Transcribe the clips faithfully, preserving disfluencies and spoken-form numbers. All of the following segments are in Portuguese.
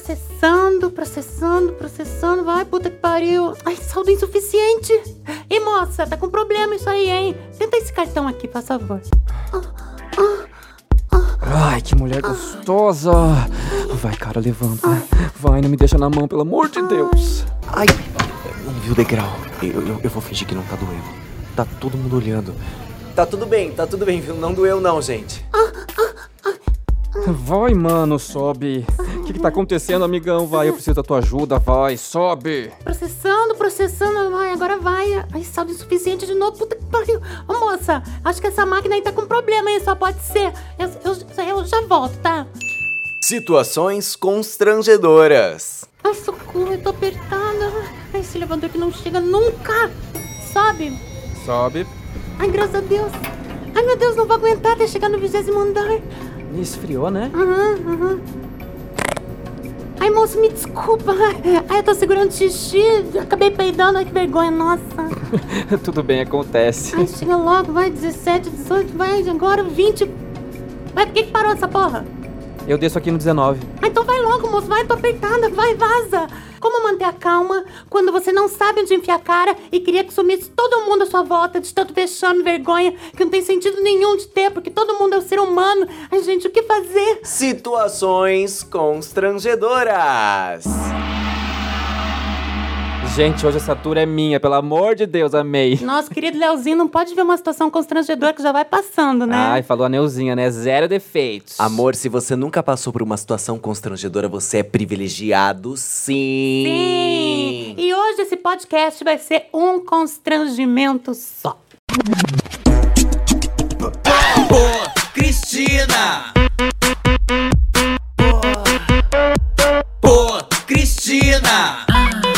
Processando, processando, processando. Vai, puta que pariu. Ai, saldo insuficiente. Ei, moça, tá com problema isso aí, hein? Tenta esse cartão aqui, por favor. Ai, que mulher gostosa. Vai, cara, levanta. Vai, não me deixa na mão, pelo amor de Deus. Ai, não vi o degrau. Eu, eu, eu vou fingir que não tá doendo. Tá todo mundo olhando. Tá tudo bem, tá tudo bem, viu? Não doeu não, gente. Vai, mano, sobe. O que que tá acontecendo, amigão? Vai, eu preciso da tua ajuda, vai, sobe. Processando, processando. Vai, agora vai. Ai, saldo insuficiente de novo. Puta que pariu. Ô, moça, acho que essa máquina aí tá com problema, hein? Só pode ser. Eu, eu, eu já volto, tá? Situações constrangedoras. Ai, socorro, eu tô apertada. Ai, esse elevador que não chega nunca. Sobe. Sobe. Ai, graças a Deus. Ai, meu Deus, não vou aguentar até chegar no vigésimo andar. Me esfriou, né? Aham, uhum, aham. Uhum. Ai, moço, me desculpa. Ai, eu tô segurando xixi. Acabei peidando. Ai, que vergonha, nossa. Tudo bem, acontece. Ai, chega logo, vai. dezessete, dezoito, vai. Agora vinte. Vai, por que que parou essa porra? Eu desço aqui no dezenove. Ah, então vai logo, moço. Vai, tô apertada. Vai, vaza. Como manter a calma quando você não sabe onde enfiar a cara e queria que sumisse todo mundo à sua volta de tanto vexame e vergonha que não tem sentido nenhum de ter, porque todo mundo é um ser humano. Ai, gente, o que fazer? Situações constrangedoras. Gente, hoje essa tour é minha, pelo amor de Deus, amei. Nosso querido Leozinho não pode ver uma situação constrangedora que já vai passando, né? Ai, falou a Neuzinha, né? Zero defeitos. Amor, se você nunca passou por uma situação constrangedora, você é privilegiado, sim. Sim! E hoje esse podcast vai ser um constrangimento só. Pô, Cristina! Pô, Cristina!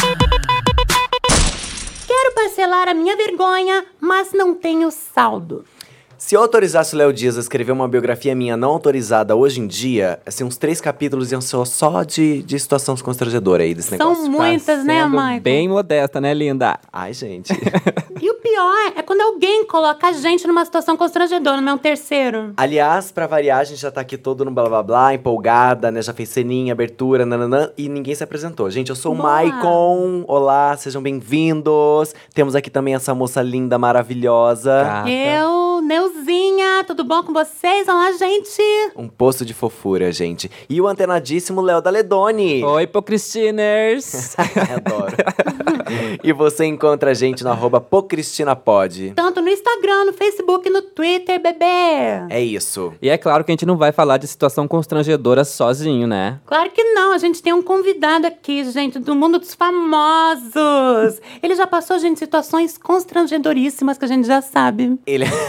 Quero parcelar a minha vergonha, mas não tenho saldo. Se eu autorizasse o Léo Dias a escrever uma biografia minha não autorizada hoje em dia, assim, uns três capítulos iam ser só de, de situações constrangedoras aí desse negócio. São muitas, né, Michael? Bem modesta, né, linda? Ai, gente. E o pior é quando alguém coloca a gente numa situação constrangedora, não é um terceiro. Aliás, pra variar, a gente já tá aqui todo no blá blá blá, empolgada, né? Já fez ceninha, abertura, nananã, e ninguém se apresentou. Gente, eu sou Boa. o Maicon. Olá, sejam bem-vindos. Temos aqui também essa moça linda, maravilhosa. Gata. Eu, Neuzinha, tudo bom com vocês? Olá, gente! Um poço de fofura, gente. E o antenadíssimo Léo Daledoni. Oi, Pocristiners. Adoro. E você encontra a gente no arroba pocristinapod. Tanto no Instagram, no Facebook e no Twitter, bebê! É isso. E é claro que a gente não vai falar de situação constrangedora sozinho, né? Claro que não, a gente tem um convidado aqui, gente, do mundo dos famosos. Ele já passou, gente, situações constrangedoríssimas que a gente já sabe. Ele é...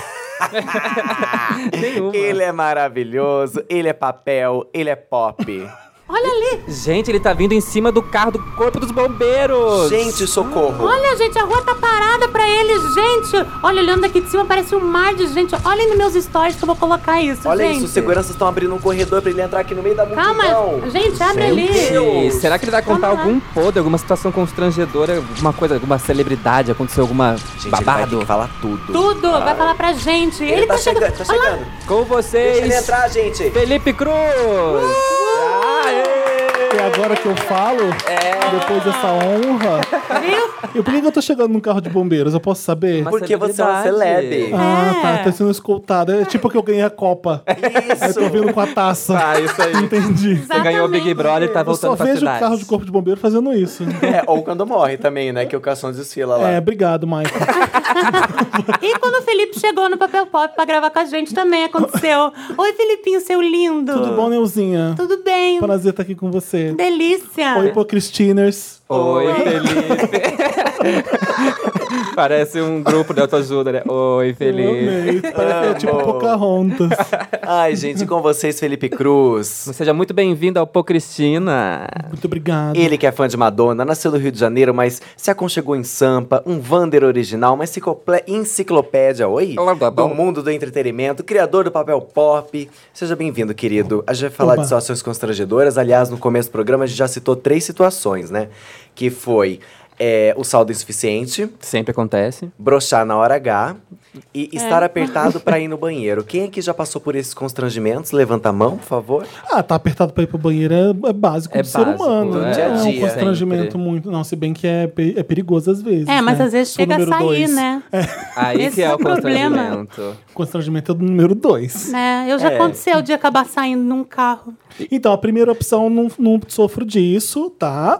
Nenhuma. Ele é maravilhoso, ele é papel, ele é pop. Olha ali! Gente, ele tá vindo em cima do carro do Corpo dos Bombeiros. Gente, socorro. Olha, gente, a rua tá parada pra ele, gente! Olha, olhando aqui de cima, parece um mar de gente. Olhem nos meus stories que eu vou colocar isso, Olha gente. isso, os seguranças estão abrindo um corredor pra ele entrar aqui no meio da multidão. Calma, gente, abre ali. Deus. Será que ele vai contar Vamos lá. algum podre, alguma situação constrangedora, alguma coisa, alguma celebridade, aconteceu alguma Gente, ele vai ter babado? que falar tudo. Tudo, vai falar pra gente. Ele, tá, chegando, tá Olha lá. chegando. Com vocês, Deixa ele entrar, gente. Felipe Cruz! Aê! E agora que eu falo, depois dessa honra. Viu? E por que que eu tô chegando num carro de bombeiros? Eu posso saber? Uma Porque você é uma celebridade. celeb. Ah, É. tá, tá sendo escoltado. É tipo que eu ganhei a Copa. Aí eu tô vindo com a taça. Ah, isso aí. Entendi. Você ganhou o Big Exatamente. Brother e tá Eu voltando só pra vejo o cidade. carro de corpo de bombeiro fazendo isso. É, ou quando morre também, né? Que o cação desfila lá. É, obrigado, Michael. E quando o Felipe chegou no Papel Pop pra gravar com a gente, também aconteceu. Oi, Felipinho, seu lindo. Tudo bom, Neuzinha? Tudo bem. Prazer estar aqui com você. Delícia. Oi, Pocristiners. Oi, Felipe. Parece um grupo de autoajuda, né? Oi, Eu Felipe. amei. Parece que é tipo Amo. Pocahontas. Ai, gente, com vocês, Felipe Cruz. Seja muito bem-vindo ao Pô Cristina. Muito obrigado. Ele que é fã de Madonna, nasceu no Rio de Janeiro, mas se aconchegou em Sampa, um Wander original, uma enciclopé- enciclopédia, oi? Olá, tá Do bom. mundo do entretenimento, criador do papel pop. Seja bem-vindo, querido. A gente vai falar Oba. de situações constrangedoras. Aliás, no começo do programa a gente já citou três situações, né? Que foi É, o saldo insuficiente, Sempre acontece. broxar na hora H e estar apertado pra ir no banheiro. Quem aqui já passou por esses constrangimentos? Levanta a mão, por favor. Ah, tá apertado pra ir pro banheiro é, é básico É do ser básico, humano. é. Não Dia a é um dia. constrangimento Sempre. muito. Não, se bem que é, pe- é perigoso às vezes. É, mas né? às vezes Sou chega a número sair, dois. né? Aí Esse que é, é o o problema. constrangimento. Constrangimento é do número dois. É, eu já É. aconteceu de acabar saindo num carro. Então, a primeira opção, não, não sofro disso, tá?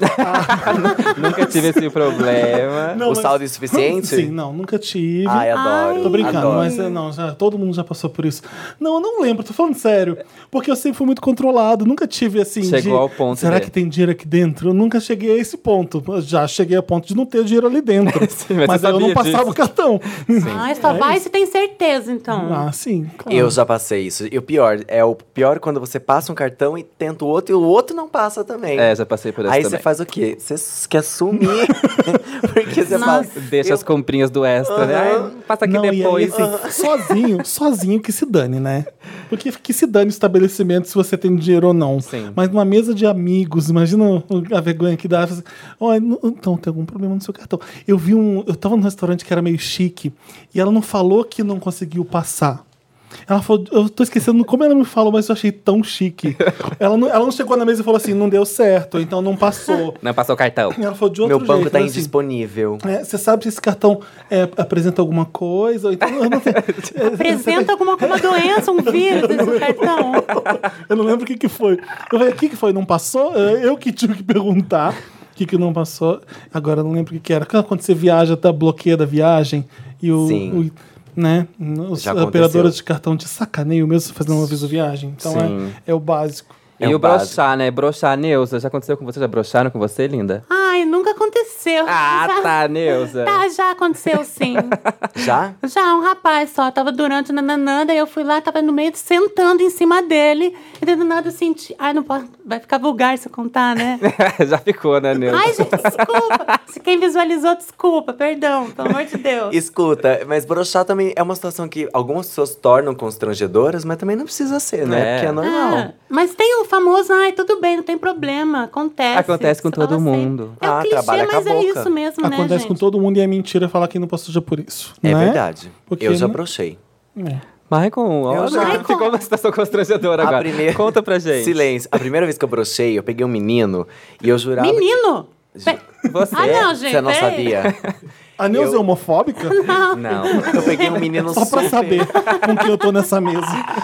Nunca tive esse problema. Não, o mas- saldo insuficiente? Sim, não, nunca tive. Ai, adoro. Tô brincando, adoro. mas é, não, já, todo mundo já passou por isso. Não, eu não lembro, tô falando sério. Porque eu sempre fui muito controlado, nunca tive assim. Chegou de, ao ponto Será de- que tem dinheiro aqui dentro? Eu nunca cheguei a esse ponto. Eu já cheguei ao ponto de não ter dinheiro ali dentro. Sim, mas mas você aí eu não sabia passava disso. o cartão. Ai, só vai se tem certeza, então. Ah, sim. Claro. Eu já passei isso. E o pior, é o pior quando você passa um cartão e tenta o outro e o outro não passa também. É, já passei por isso Aí também. você faz o quê? Você s- quer sumir. Porque você fala. Deixa as comprinhas do extra, né? Ai, passa aqui Não, depois. E aí, assim, sozinho, sozinho que se dane, né? Porque que se dane o estabelecimento se você tem dinheiro ou não. Sim. Mas numa mesa de amigos, imagina a vergonha que dá. Assim, "Olha, não- então, tem algum problema no seu cartão. Eu vi um. Eu tava num restaurante que era meio chique e ela não falou que não conseguiu passar. Ela falou, eu tô esquecendo como ela me falou, mas eu achei tão chique. ela, não, ela não chegou na mesa e falou assim, não deu certo, então não passou. Não passou o cartão. E ela falou de outro Meu banco jeito, tá assim, indisponível. é, você sabe se esse cartão é, apresenta alguma coisa? Ou então, eu, não sei, é, Apresenta alguma uma doença, um vírus nesse cartão. eu não lembro o que, que foi. Eu falei, o que, que foi? Não passou? É, Eu que tive que perguntar o que, que não passou. Agora eu não lembro o que, que era. Quando você viaja, tá bloqueia da viagem e o. Sim. o né? Os Já aconteceu. operadoras de cartão te sacaneiam mesmo fazendo uma vez a viagem. Então Sim. é, é o básico. E É o o básico. broxar, né? Broxar, Neuza. Já aconteceu com você? Já broxaram com você, linda? Ai, nunca aconteceu. Ah, já, tá, Neuza. Tá, já aconteceu sim. Já? Já, um rapaz só, tava durante nananã, daí eu fui lá, tava no meio, sentando em cima dele, e daí do nada eu senti... Ai, não pode... Vai ficar vulgar se eu contar, né? Já ficou, né, Neuza? Ai, gente, desculpa. Se quem visualizou, desculpa, perdão, pelo amor de Deus. Escuta, mas broxar também é uma situação que algumas pessoas tornam constrangedoras, mas também não precisa ser, né? É. Porque é normal. Ah, mas tem o famoso, ai, tudo bem, não tem problema, acontece. Acontece com Você todo fala assim. mundo. É o Ah, clichê, trabalha com a mas é boca. isso mesmo, né, Acontece gente? com todo mundo e é mentira falar que não passou já por isso. É né? verdade. Porque Eu já não- brochei. É. Michael, olha, já- ficou uma situação constrangedora A agora. primeira- Conta pra gente. Silêncio. A primeira vez que eu brochei, eu peguei um menino e eu jurava... que- Menino! Pe- Você? Ah, não, gente. Você não peraí. sabia? A Neuza Eu- é homofóbica? Não. Eu peguei um menino Só pra super... saber com quem eu tô nessa mesa.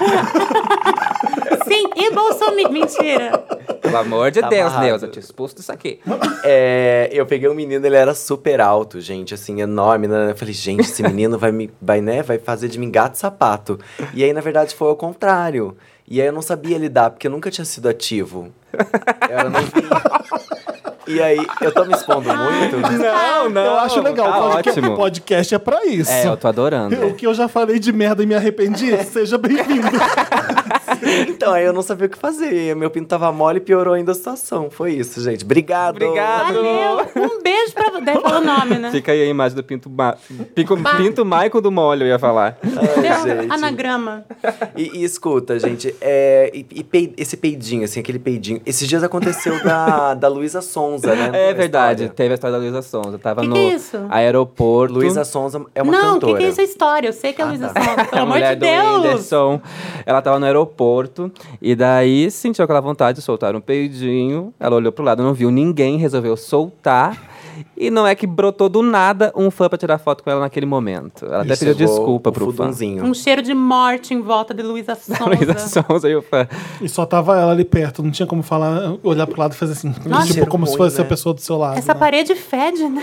Sim, e Bolsonaro. Mentira. Pelo amor de Tá Deus, amarrado. Neuza, eu te expulso disso aqui. É, eu peguei um menino, ele era super alto, gente, assim, enorme, né? Eu falei, gente, esse menino vai me, vai, né, vai fazer de mim gato e sapato. E aí, na verdade, foi ao contrário. E aí eu não sabia lidar, porque eu nunca tinha sido ativo. Eu era novinho. E aí, eu tô me expondo muito? Não, não. eu acho legal. Tá podcast, ótimo. podcast é pra isso. É, eu tô adorando. O que eu já falei de merda e me arrependi, seja bem-vindo. Então, aí eu não sabia o que fazer. Meu pinto tava mole e piorou ainda a situação. Foi isso, gente. Obrigado. Obrigado. Valeu. Um beijo pra você. Deve falar o nome, né? Fica aí a imagem do Pinto, Ma... Pinto, Ba- Pinto Michael do Molho, eu ia falar. Ai, Deu gente. anagrama. E, e escuta, gente, é, e, e pei- esse peidinho, assim, aquele peidinho. Esses dias aconteceu da, da Luísa Sonza, né? É Na verdade, história. teve a história da Luísa Sonza. Tava Que no que é isso? aeroporto. Luísa Sonza é uma Não, o que, cantora. que é essa história? Eu sei que é Ah, Luísa tá. Sonza. Pelo A amor mulher de do Deus. Whindersson, ela tava no aeroporto e daí sentiu aquela vontade de soltar um peidinho. Ela olhou pro lado, não viu ninguém, resolveu soltar. E não é que brotou do nada um fã pra tirar foto com ela naquele momento. Ela até pediu Chegou desculpa o pro fã. fudunzinho. Um cheiro de morte em volta de Luísa Luísa Sonza. Sonza e o fã. E só tava ela ali perto, não tinha como falar, olhar pro lado e fazer assim. Nossa. tipo, Cheiro como se ruim, fosse né? a pessoa do seu lado. Essa né? parede fede, né?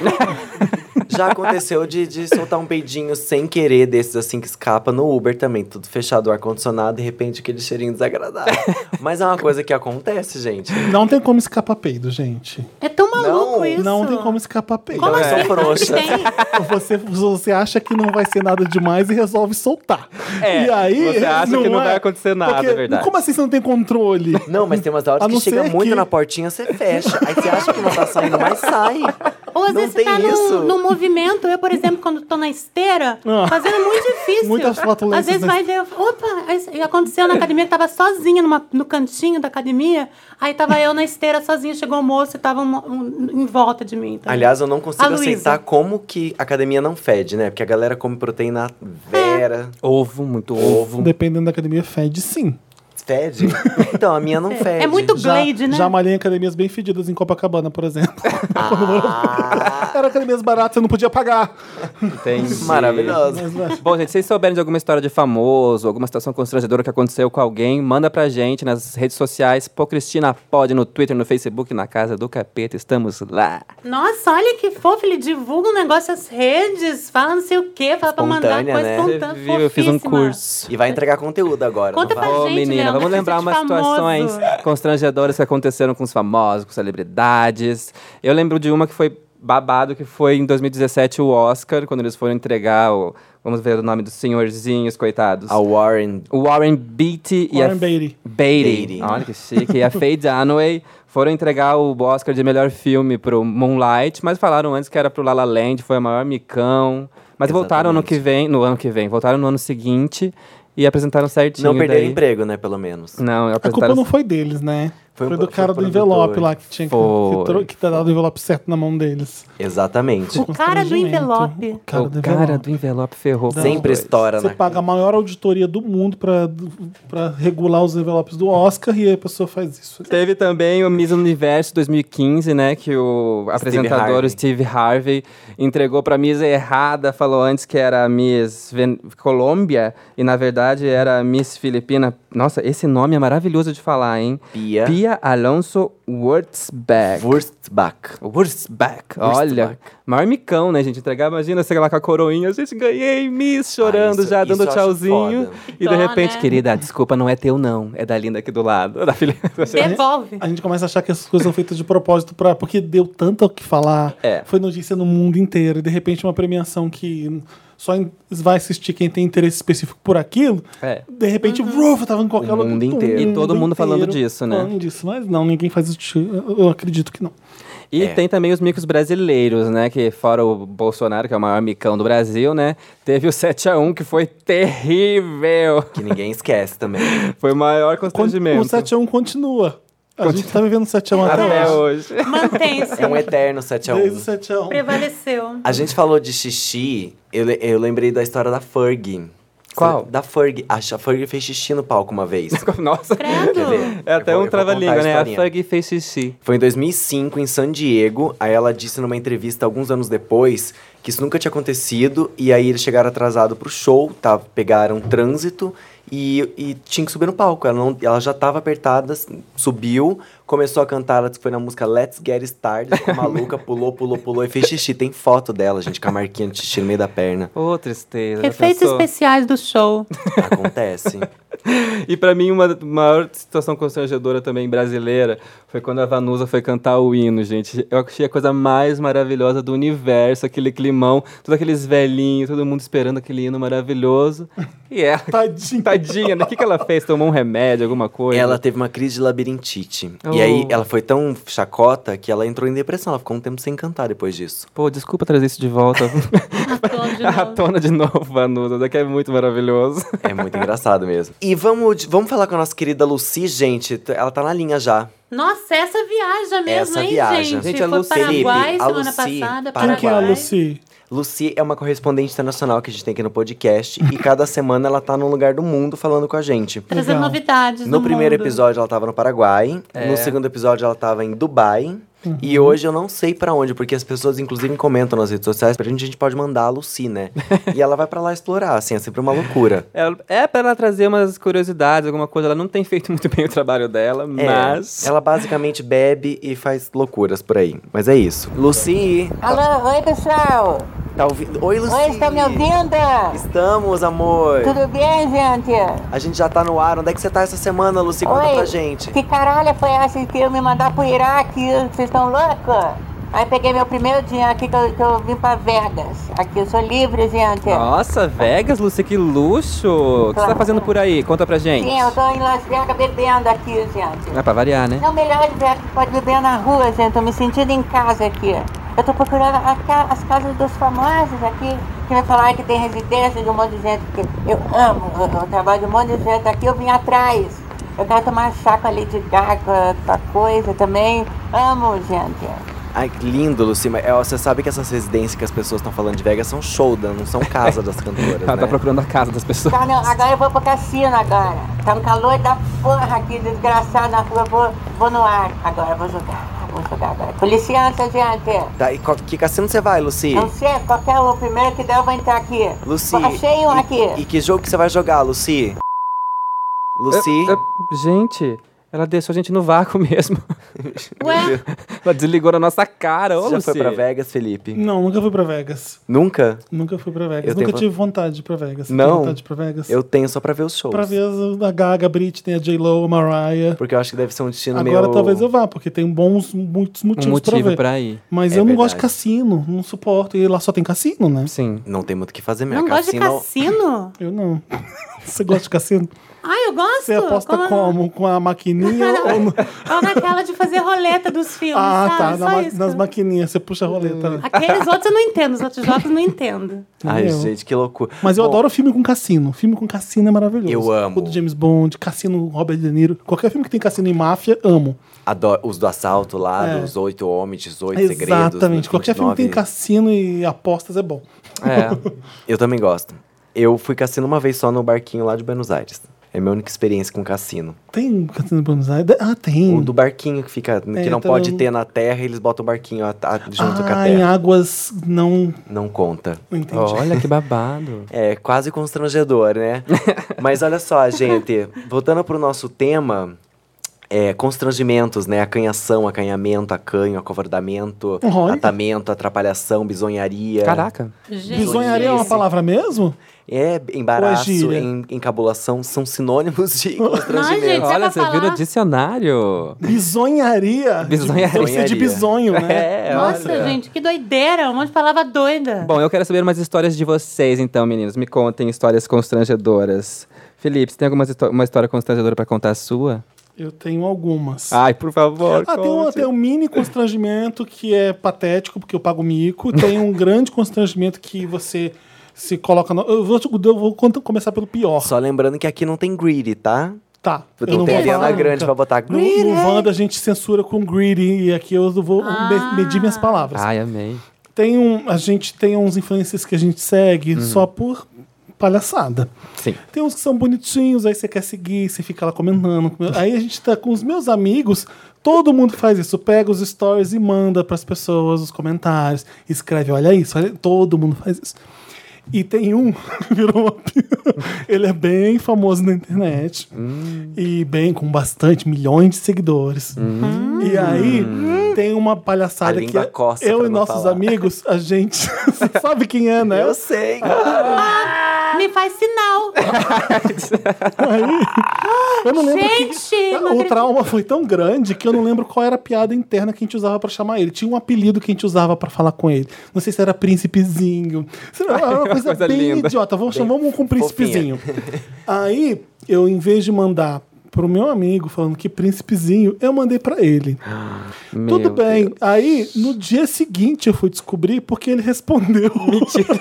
Já aconteceu de, de soltar um peidinho sem querer, desses assim que escapa no Uber também. Tudo fechado, o ar-condicionado, de repente aquele cheirinho desagradável. Mas é uma coisa que acontece, gente. Não tem como escapar peido, gente. É tão maluco Não, isso. Não tem como escapar peido. Como Não é assim? só frouxa. Tem. Você, você acha que não vai ser nada demais e resolve soltar. É, e aí, você acha que não vai acontecer nada, Porque, é verdade. Como assim você não tem controle? Não, mas tem umas horas A que não chega ser muito que- na portinha, você fecha. Aí você acha que não tá saindo, mas sai. Ou às Não vezes você tem tá isso. num, num movimento. Eu, por exemplo, quando tô na esteira, Ah. fazendo muito difícil. Muitas flatulências Às vezes na vai ver, opa, aí aconteceu na academia que tava sozinha numa, no cantinho da academia. Aí tava eu na esteira sozinha, chegou o moço e tava um- um- em volta de mim. Tá Aliás, eu não consigo A Luísa. aceitar como que a academia não fede, né? Porque a galera come proteína vera, Ovo, muito ovo. Dependendo da academia, fede sim. fede. Então, a minha não fede. É muito Já, Glade, né? já malhei em academias bem fedidas em Copacabana, por exemplo. Ah, Era academias baratas, você não podia pagar. Entendi. maravilhoso. Bom, gente, se vocês souberem de alguma história de famoso, alguma situação constrangedora que aconteceu com alguém, manda pra gente nas redes sociais. Pô, Cristina pode no Twitter, no Facebook, na Casa do Capeta. Estamos lá. Nossa, olha que fofo, ele divulga um negócio às redes, fala não sei o quê, fala pra mandar Espontânea, coisa né? espontânea, Você viu? Eu fiz um fofíssima. curso. E vai entregar conteúdo agora. Conta não pra vai? Ô, gente, menina, Léo, vamos que lembrar você é umas famoso. situações constrangedoras que aconteceram com os famosos, com celebridades. Eu lembro de uma que foi babado, que foi em dois mil e dezessete o Oscar, quando eles foram entregar o... Vamos ver o nome dos senhorzinhos, coitados. A Warren. O Warren Beatty e a... Warren Beatty. Beatty. Beatty. Olha que chique. E a Faye Dunaway foram entregar o Oscar de melhor filme pro Moonlight, mas falaram antes que era pro La La Land, foi a maior micão. Mas voltaram ano que vem, no ano que vem, voltaram no ano seguinte e apresentaram certinho. Não perderam daí. emprego, né, pelo menos. Não, A apresentaram... culpa não foi deles, né? Foi Foi, um- do foi cara o do produtor. envelope lá que tinha que, Foi. que, tro- que ter dado o envelope certo na mão deles. Exatamente. O cara do Constrangimento. envelope. O cara o do cara envelope. do envelope ferrou. com os Sempre dois. estoura, Você né? paga a maior auditoria do mundo pra, pra regular os envelopes do Oscar e a pessoa faz isso. Teve também o Miss Universo dois mil e quinze, né? Que o apresentador Harvey. Steve Harvey entregou pra Miss errada, falou antes que era a Miss Ven- Colômbia e na verdade era a Miss Filipina. Nossa, esse nome é maravilhoso de falar, hein? Pia. Pia Alonso Wurzbach. Wurstbach. Wurzbach. Olha, maior micão, né, gente? Entregar, imagina, sei lá, com a coroinha, a gente ganhei, Miss, chorando isso- já, isso dando eu acho tchauzinho. foda. E de Dó, repente, né? querida, desculpa, não é teu não, é da linda aqui do lado. Da filha. Devolve. A gente começa a achar que essas coisas são feitas de propósito pra, porque deu tanto o que falar. É. Foi notícia no mundo inteiro. E de repente uma premiação que só em- vai assistir quem tem interesse específico por aquilo. É. De repente, uhum. eu tava em qualquer O lugar. mundo inteiro. E todo mundo falando disso, né? Falando disso. Mas não, ninguém faz isso. Eu eu acredito que não. E É. tem também os micos brasileiros, né? Que fora o Bolsonaro, que é o maior micão do Brasil, né? Teve o sete a um, que foi terrível. Que ninguém esquece também. Foi o maior Con- constrangimento. O sete a um continua. A gente tá vivendo sete a um até, Até hoje. hoje. Mantém-se. É um eterno sete a um. Desde o sete a um. Prevaleceu. A gente falou de xixi, eu, le- eu lembrei da história da Fergie. Qual? Da Fergie. A a Fergie fez xixi no palco uma vez. Nossa. Credo. Quer ver? É até Eu vou- um eu vou trava-língua, contar a né? A historinha. Fergie fez xixi. Foi em dois mil e cinco, em San Diego. Aí ela disse numa entrevista, alguns anos depois, que isso nunca tinha acontecido. E aí eles chegaram atrasados pro show, tá? Pegaram trânsito e, e tinha que subir no palco. Ela, não, ela já tava apertada, subiu, começou a cantar. Ela foi na música Let's Get Started, ficou maluca, pulou, pulou, pulou e fez xixi. Tem foto dela, gente, com a marquinha de xixi no meio da perna. Ô, tristeza. já Efeitos pensou? especiais do show. Acontece. E pra mim, uma maior situação constrangedora também brasileira foi quando a Vanusa foi cantar o hino, gente. Eu achei a coisa mais maravilhosa do universo, aquele climão, todos aqueles velhinhos, todo mundo esperando aquele hino maravilhoso. E ela, Tadinho. tadinha, né? O que, que ela fez? Tomou um remédio, alguma coisa? Ela teve uma crise de labirintite. Oh. E aí ela foi tão chacota que ela entrou em depressão. Ela ficou um tempo sem cantar depois disso. Pô, desculpa trazer isso de volta. Ator de À novo. tona de novo, Vanusa. Daqui é muito maravilhoso. É muito engraçado mesmo. E vamos, de- vamos falar com a nossa querida Lucy, gente. T- Ela tá na linha já. Nossa, essa viaja mesmo, Essa hein, viaja. gente? Gente, a Foi Lucy- Paraguai Felipe, a semana Lucy, passada. Paraguai. Quem que é a Paraguai. Lucy? Lucy é uma correspondente internacional que a gente tem aqui no podcast. E cada semana ela tá num lugar do mundo falando com a gente. Trazendo Legal. novidades No do primeiro mundo. episódio ela tava no Paraguai. É. No segundo episódio ela tava em Dubai. E hoje eu não sei pra onde, porque as pessoas inclusive comentam nas redes sociais pra gente, a gente pode mandar a Lucy, né? E ela vai pra lá explorar, assim, é sempre uma loucura. Ela- é pra ela trazer umas curiosidades, alguma coisa. Ela não tem feito muito bem o trabalho dela, É, mas... ela basicamente bebe e faz loucuras por aí. Mas é isso. Lucy, Alô, oi pessoal! tá ouvindo? Oi, Lucy. Oi, estão me ouvindo? Estamos, amor. Tudo bem, gente? A gente já tá no ar. Onde é que você tá essa semana, Lucy? Conta Oi, pra gente. que caralho foi essa que eu me mandar pro Iraque? Vocês estão loucos? Aí peguei meu primeiro dia aqui que eu, que eu vim pra Vegas. Aqui eu sou livre, gente. Nossa, Vegas, Lucy, que luxo! O que você tá Claro. fazendo por aí? Conta pra gente. Sim, eu tô em Las Vegas bebendo aqui, gente. É pra variar, né? Não, melhor de Vegas, pode beber na rua, gente. Tô me sentindo em casa aqui. Eu tô procurando a ca- as casas dos famosos aqui. Que vai falar que tem residência de um monte de gente. Que eu amo o, o trabalho de um monte de gente aqui. Eu vim atrás. Eu quero tomar chá com a Lady Gaga, com a coisa também. Amo, gente. Ai, que lindo, Lucy. Mas, é, você sabe que essas residências que as pessoas estão falando de Vegas são show, não são casa das cantoras, Ela né? tá procurando a casa das pessoas. Tá, não, agora eu vou pro cassino agora. Tá um calor da porra aqui, desgraçado na rua. Vou, vou no ar agora, vou jogar. Vou jogar agora. Com licença, gente. Tá, e qual, que cassino você vai, Lucy? Não sei, qualquer um, o primeiro que der eu vou entrar aqui. Lucy, Achei um e, aqui. E que jogo que você vai jogar, Lucy? Lucy? É, é, gente, ela deixou a gente no vácuo mesmo. Ué? Ela desligou na nossa cara. Ô, Você já Lucy. foi pra Vegas, Felipe? Não, nunca fui pra Vegas. Nunca? Nunca fui pra Vegas. Eu Nunca tenho tive vontade de ir pra Vegas. Você Não. tem vontade de ir pra Vegas? Eu tenho só pra ver os shows. Pra ver as- a Gaga, a Britney, a J-Lo, a Mariah. Porque eu acho que deve ser um destino Agora meio... talvez eu vá, porque tem bons, muitos Um motivos pra motivo ver. pra ir. Mas É eu não gosto de verdade. cassino, não suporto. E lá só tem cassino, né? Sim. Não tem muito o que fazer mesmo. Não gosta de Cassino... cassino? Eu não. Você gosta de cassino? Ai, eu gosto. Você aposta como? Com a maquininha ou no... Ou naquela de fazer roleta dos filmes, Ah, sabe? tá. Só na ma- isso. nas maquininhas, você puxa a roleta. né? Aqueles outros eu não entendo, os outros jogos eu não entendo. Ai, Entendeu? gente, que loucura. Mas eu Bom, adoro filme com cassino. Filme com cassino é maravilhoso. Eu amo. O do James Bond, Cassino, Robert De Niro. Qualquer filme que tem cassino e máfia, amo. Adoro os do assalto lá, É. dos oito homens, dezoito segredos. Exatamente. dos Qualquer filme que tem vinte e nove. cassino e apostas é bom. É. Eu também gosto. Eu fui cassino uma vez só no barquinho lá de Buenos Aires. É a minha única experiência com cassino. Tem cassino em Buenos Aires? Ah, tem. O do barquinho que fica, que não tá pode no- ter na terra, eles botam o barquinho a- a- junto com a Ah, em terra. águas não... Não conta. Entendi. Olha que babado. É quase constrangedor, né? Mas olha só, gente, voltando pro nosso tema, é, constrangimentos, né? Acanhação, acanhamento, acanho, acovardamento, Olha. atamento, atrapalhação, bisonharia. Caraca. Gente. Bisonharia é uma palavra mesmo? É, embaraço, Ou é gíria? em, encabulação, são sinônimos de Ai, constrangimento. gente, Olha, pra você viu falar? no dicionário. Bisonharia? Bisonharia. Deve ser de bisonho, né? É, Nossa, olha. gente, que doideira. Um monte de palavra doida. Bom, eu quero saber umas histórias de vocês, então, meninos. Me contem histórias constrangedoras. Felipe, você tem alguma histó- uma história constrangedora pra contar a sua? Eu tenho algumas. Ai, por favor, Ah, tem um, conte. tem um mini constrangimento que é patético, porque eu pago mico. Tem um grande constrangimento que você se coloca... No... Eu vou, eu vou cont- começar pelo pior. Só lembrando que aqui não tem greedy, tá? Tá. eu Não não tem vou Ariana falar Grande nunca. pra botar No, greedy. no Wanda a gente censura com greedy e aqui eu vou me- medir minhas palavras. Ai, amei. Tem um, a gente tem uns influencers que a gente segue só por palhaçada. Sim. Tem uns que são bonitinhos, aí você quer seguir, você fica lá comentando. Aí a gente tá com os meus amigos, todo mundo faz isso, pega os stories e manda pras pessoas os comentários, escreve, olha isso, olha, todo mundo faz isso. E tem um, virou uma... ele é bem famoso na internet. E bem, com bastante, milhões de seguidores. E aí, tem uma palhaçada A que língua é- coça eu pra e não nossos falar. amigos, a gente... Você sabe quem é, né? Eu sei, cara. Me faz sinal. Eu não lembro Gente, que... não O acredito. trauma foi tão grande que eu não lembro qual era a piada interna que a gente usava pra chamar ele. Tinha um apelido que a gente usava pra falar com ele. Não sei se era príncipezinho. Sei lá, Era uma coisa, coisa bem linda. idiota. Vamos chamar um com príncipezinho. fofinha. Aí, eu, em vez de mandar pro meu amigo falando que príncipezinho, eu mandei pra ele. Meu Tudo bem. Deus. Aí, no dia seguinte, eu fui descobrir porque ele respondeu. Mentira.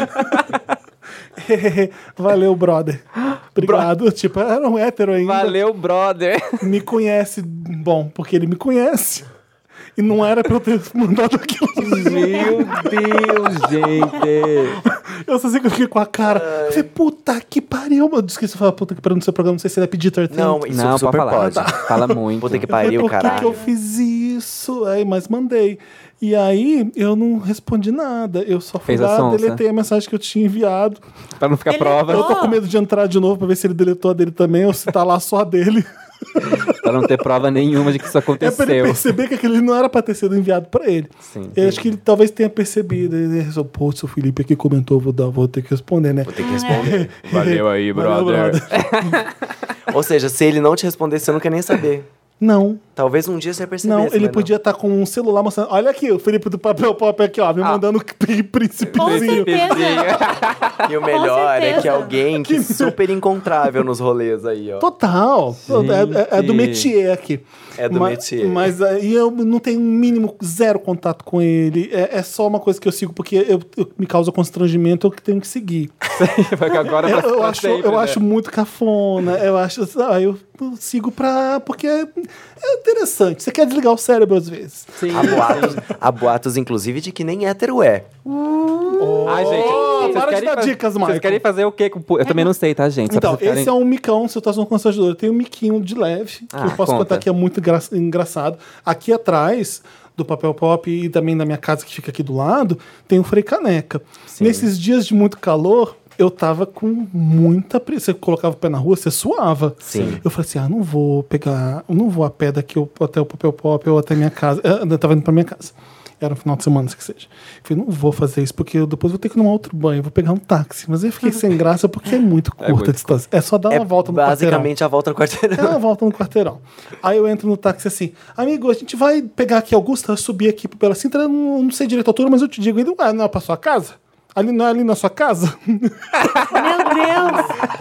Valeu, brother. Obrigado. Tipo, era um hétero ainda. Valeu, brother. Me conhece. Bom, porque ele me conhece. E não era pra eu ter mandado aquilo. Meu Deus, gente. Eu só sei que eu fiquei com a cara. Eu falei, puta que pariu. Eu esqueci de falar puta que pariu no seu programa. Não sei se ele é pedir thirteen. Não, isso Não, super pode falar. pode. Fala muito. Puta que Eu falei, pariu, por que que eu caralho. fiz isso? Aí, mas mandei. E aí, eu não respondi nada. Eu só fui Fez a lá, sonsa. deletei a mensagem que eu tinha enviado. Pra não ficar Ele- prova. Eu tô com medo de entrar de novo pra ver se ele deletou a dele também ou se tá lá só a dele. Pra não ter prova nenhuma de que isso É pra ele aconteceu. perceber que aquele não era pra ter sido enviado pra ele. Sim. Eu acho que ele talvez tenha percebido. Ele pensou, pô, se o Felipe aqui comentou, vou, dar, vou ter que responder, né? Vou ter que responder. Valeu aí, Valeu, brother. Ou seja, se ele não te responder, você não quer nem saber. Não, Talvez um dia você percebesse. não, ele mas podia estar com um celular mostrando. Olha aqui, o Felipe do Papel Pop aqui, ó, me mandando Com príncipezinho. certeza. E o melhor é certeza. que alguém que super encontrável nos rolês aí, ó. Total. É, é- é do Gente. métier aqui. É do mas, métier. Mas aí eu não tenho um mínimo, zero contato com ele. É, é só uma coisa que eu sigo porque eu, eu- me causa constrangimento, eu que tenho que seguir. Porque agora Eu, pra- eu pra acho, sempre, eu né? acho muito cafona. Eu acho. Ah, eu, eu sigo pra. Porque. Eu interessante. Você quer desligar o cérebro às vezes. Sim. Há boatos, há boatos, inclusive, de que nem hétero é. Ai, gente. vocês para de querem dar faz- dicas, Vocês Michael. querem fazer o quê? com pu- Eu também não sei, tá, gente? Só Então, pra vocês esse é ficarem- um micão, se eu tô usando constrangedor. Tem um miquinho de leve, que Ah, eu posso conta. contar que é muito engra- engraçado. Aqui atrás do Papel Pop e também da minha casa que fica aqui do lado, tem o Frei Caneca. Nesses dias de muito calor, eu tava com muita pressa. Você colocava o pé na rua, você suava. Sim. Eu falei assim, ah, não vou pegar, eu não vou a pé daqui até o Papel Pop ou até minha casa. Eu tava indo pra minha casa. Era um final de semana, se que seja. Eu falei, não vou fazer isso, porque eu depois vou ter que ir num outro banho, vou pegar um táxi. Mas eu fiquei sem graça, porque é muito curta muito a distância. É só dar É uma volta no quarteirão. basicamente a volta no quarteirão. É uma volta no quarteirão. Aí eu entro no táxi assim, amigo, a gente vai pegar aqui Augusta, eu subir aqui pela Sintra, eu não, não sei direito a altura, mas eu te digo, ele ah, não é pra sua casa? Ali não é ali na sua casa? Meu Deus!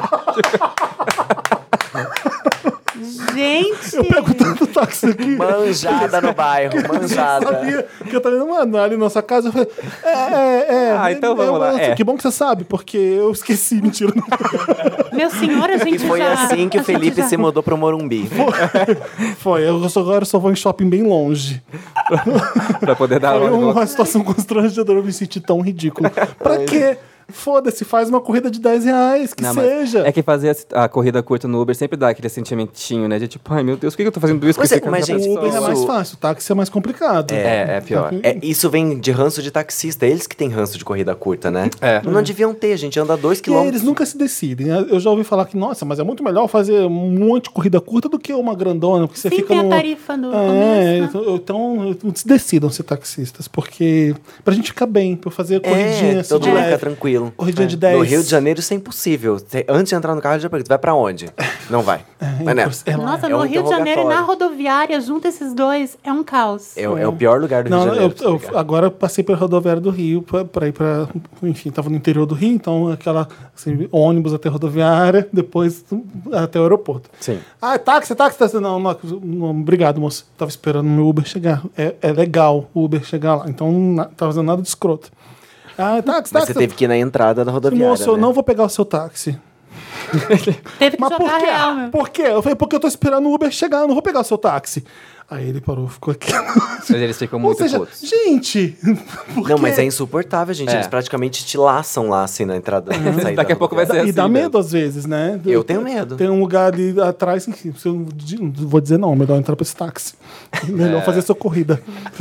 Gente! Eu pego tanto táxi aqui. Manjada no bairro, manjada. Sabia que eu tava indo, mano, ali na sua casa. Eu falei, é, é, é. Ah, então é, vamos lá, é, é. Que bom que você sabe, porque eu esqueci, mentira. Meu senhor, a gente E foi já... assim que a o gente Felipe já- se mudou pro Morumbi. Foi, eu só, agora eu só vou em shopping bem longe. Pra poder dar Foi uma... uma situação constrangedora, eu me senti tão ridículo. Pra quê? Foda-se, faz uma corrida de dez reais, que Não, mas seja. É que fazer a, a corrida curta no Uber sempre dá aquele sentimentinho, né? De tipo, ai meu Deus, por que eu tô fazendo isso Mas com é- esse mas, cara? gente, O Uber é isso- mais fácil, o táxi é mais complicado. É, é pior. É, isso vem de ranço de taxista. Eles que têm ranço de corrida curta, né? É. Não deviam ter, a gente anda dois E aí quilômetros. eles nunca se decidem. Eu já ouvi falar que, nossa, mas é muito melhor fazer um monte de corrida curta do que uma grandona, porque você Sim, fica tem a no... tarifa no É, começo, né? então, então se decidam ser taxistas, porque pra gente ficar bem, pra eu fazer corridinha É, assim todo de mundo fica leve. tranquilo. Corridinha É. de dez. No Rio de Janeiro isso é impossível. Você- antes de entrar no carro, já pergunta, vai pra onde? Não vai. Vai nessa. É lá. Nossa, É no um Rio de Janeiro e na interrogatório. rodoviária, junta esses dois, é um caos. É, o- é o pior lugar do Rio Não, de Janeiro. eu, pra você eu- ficar. agora eu passei pela rodoviária do Rio pra, pra ir pra. Enfim, tava no interior do Rio, então aquela assim, ônibus até a rodoviária, depois até o aeroporto. Sim. Ah, táxi, táxi, táxi. Não, não, não, obrigado, moço. Tava esperando o meu Uber chegar. É, é legal o Uber chegar lá, então não tava fazendo nada de escroto. Ah, táxi, Mas táxi. você teve que ir na entrada da rodoviária, Moço, eu né? não vou pegar o seu táxi. Teve que Mas por jogar quê? real, meu. Por quê? Eu falei, porque eu tô esperando o Uber chegar, eu não vou pegar o seu táxi. Aí ele parou, ficou aqui. Mas eles ficam Ou muito seja, putos. gente, por Não, quê? mas é insuportável, gente. É. eles praticamente te laçam lá, assim, na entrada. na saída Daqui a da pouco vai rodoviária. ser E dá assim medo mesmo. às vezes, né? Eu tenho medo. Tem um lugar ali atrás em que se eu não vou dizer não, melhor entrar pra esse táxi. Melhor fazer sua corrida.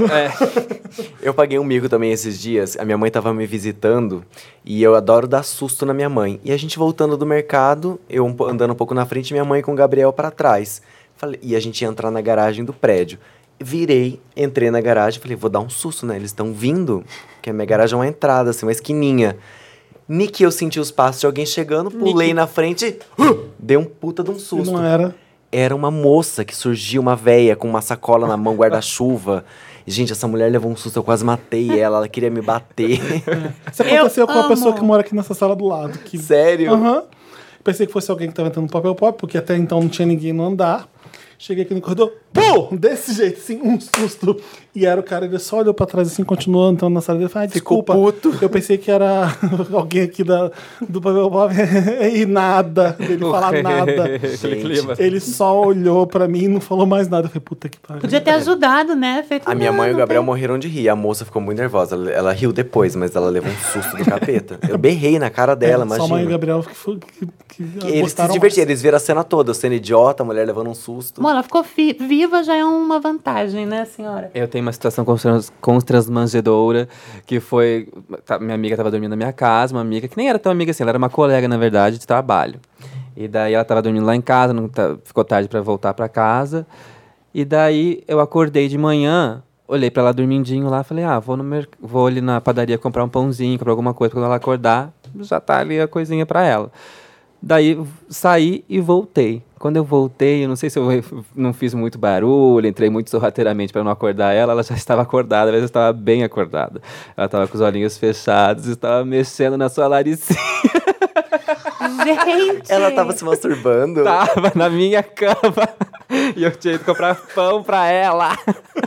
Eu paguei um mico também esses dias. A minha mãe tava me visitando e eu adoro dar susto na minha mãe. E a gente voltando do mercado, eu um po- andando um pouco na frente, minha mãe com o Gabriel pra trás. Falei, e a gente ia entrar na garagem do prédio. Virei, entrei na garagem, falei, vou dar um susto, né? Eles estão vindo, porque a minha garagem é uma entrada, assim, uma esquininha. Ni que eu senti os passos de alguém chegando, pulei na frente, uh, dei um puta de um E susto. não era. Era uma moça que surgiu, uma véia com uma sacola na mão, guarda-chuva. Gente, essa mulher levou um susto, eu quase matei ela, ela queria me bater. Isso aconteceu Eu com a amo. pessoa que mora aqui nessa sala do lado. Que... Sério? Aham. Pensei que fosse alguém que tava entrando no papel pop, porque até então não tinha ninguém no andar. Cheguei aqui no corredor, pum! Desse jeito, assim, um susto. E era o cara, ele só olhou pra trás assim, continuou entrando na sala dele. Falei, ah, Ficou desculpa. puto. Eu pensei que era alguém aqui da, do papel pop. E nada, ele falar nada. Aquele Gente. clima. Ele só olhou pra mim e não falou mais nada. Eu falei, puta que pariu. Podia ter ajudado, né? Feito A minha não, mãe e o não Gabriel tem. morreram de rir. A moça ficou muito nervosa. Ela, ela riu depois, mas ela levou um susto do capeta. Eu berrei na cara dela, É, Só a imagina. mãe e o Gabriel que, foi- que, que Eles se gostaram divertiram, mais. eles viram a cena toda. Eu sendo idiota, a mulher levando um susto. Bom, ela ficou fi- viva, já é uma vantagem, né, senhora? Eu tenho uma situação constran- constrangedora, que foi... tá, minha amiga tava dormindo na minha casa, uma amiga que nem era tão amiga assim, ela era uma colega, na verdade, de trabalho. E daí ela tava dormindo lá em casa, não tá- ficou tarde pra voltar pra casa. E daí eu acordei de manhã, olhei pra ela dormindinho lá, falei, ah, vou, no merc- vou ali na padaria comprar um pãozinho, comprar alguma coisa, quando ela acordar, já tá ali a coisinha pra ela. Daí saí e voltei. Quando eu voltei, eu não sei se eu não fiz muito barulho, entrei muito sorrateiramente para não acordar ela, ela já estava acordada, mas eu estava bem acordada. Ela estava com os olhinhos fechados, estava mexendo na sua laricinha. Gente! Ela tava se masturbando. Tava na minha cama. E eu tinha ido comprar pão pra ela.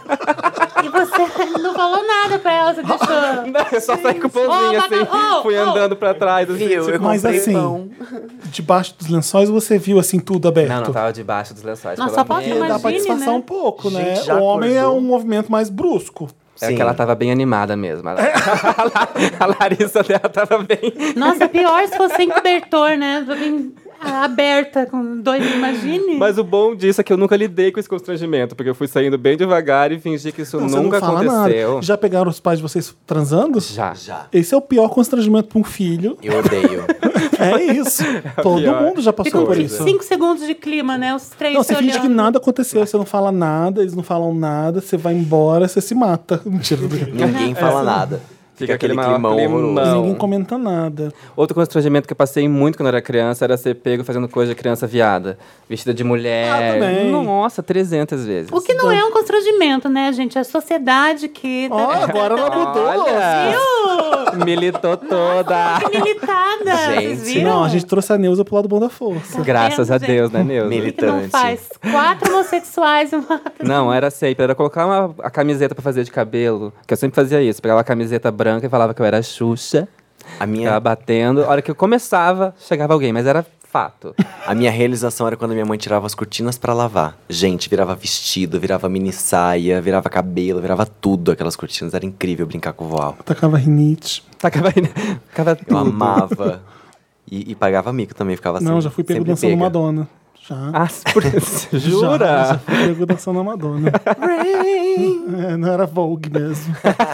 E você não falou nada pra ela, você deixou. Não, eu só saí com o pãozinho, Oh, assim. Maga- oh, fui oh. andando pra trás, assim. Viu? tipo- Eu Mas comprei assim, pão. debaixo dos lençóis você viu assim tudo aberto. Não, não tava debaixo dos lençóis. Nossa, pelo só posso menos. Porque dá pra Imagine, disfarçar né? um pouco, né? Gente, já O homem é acordou. um movimento mais brusco. É Sim. que ela tava bem animada mesmo. Ela- a Larissa dela tava bem... Nossa, pior se fosse sem cobertor, né? Bem aberta, com dois, imagine. Mas o bom disso é que eu nunca lidei com esse constrangimento, porque eu fui saindo bem devagar e fingi que isso Não, você nunca não fala aconteceu. nada. Já pegaram os pais de vocês transando? Já. Já. Esse é o pior constrangimento pra um filho. Eu odeio. É isso. Todo pior. mundo já passou Ficam por ci- isso. cinco segundos de clima, né? Os três Não, se você finge que olhando. nada aconteceu, você não fala nada, eles não falam nada, você vai embora, você se mata. Mentira. Ninguém fala nada. Fica aquele, aquele maior climão climão. horroroso. E Não. ninguém comenta nada. Outro constrangimento que eu passei muito quando eu era criança era ser pego fazendo coisa de criança viada. Vestida de mulher. Ah, também. Nossa, trezentas vezes. O que não é um constrangimento, né, gente? É a sociedade que... Ó, agora ela mudou. Olha! Militou toda. Que militada, vocês Gente, viram? Não, a gente trouxe a Neuza pro lado bom da força. Graças a Gente. Deus, né, Neuza? Mili- O que não militante. faz? Quatro homossexuais e uma... Não, era sempre. Era colocar uma, a camiseta pra fazer de cabelo. Que eu sempre fazia isso. Pegava a camiseta branca e falava que eu era Xuxa. A minha, Ficava batendo. A hora que eu começava, chegava alguém. Mas era fato. a minha realização era quando minha mãe tirava as cortinas pra lavar. Gente, virava vestido, virava mini saia, virava cabelo, virava tudo aquelas cortinas. Era incrível brincar com o voal. Tacava rinite. Tacava, ficava Eu tudo. amava. E, e pagava mico também, ficava assim. Não, já fui pego sempre dançando pega. Madonna. Já. Ah, por... Já, Jura? já fui pego dançando a Madonna. É, não era Vogue mesmo.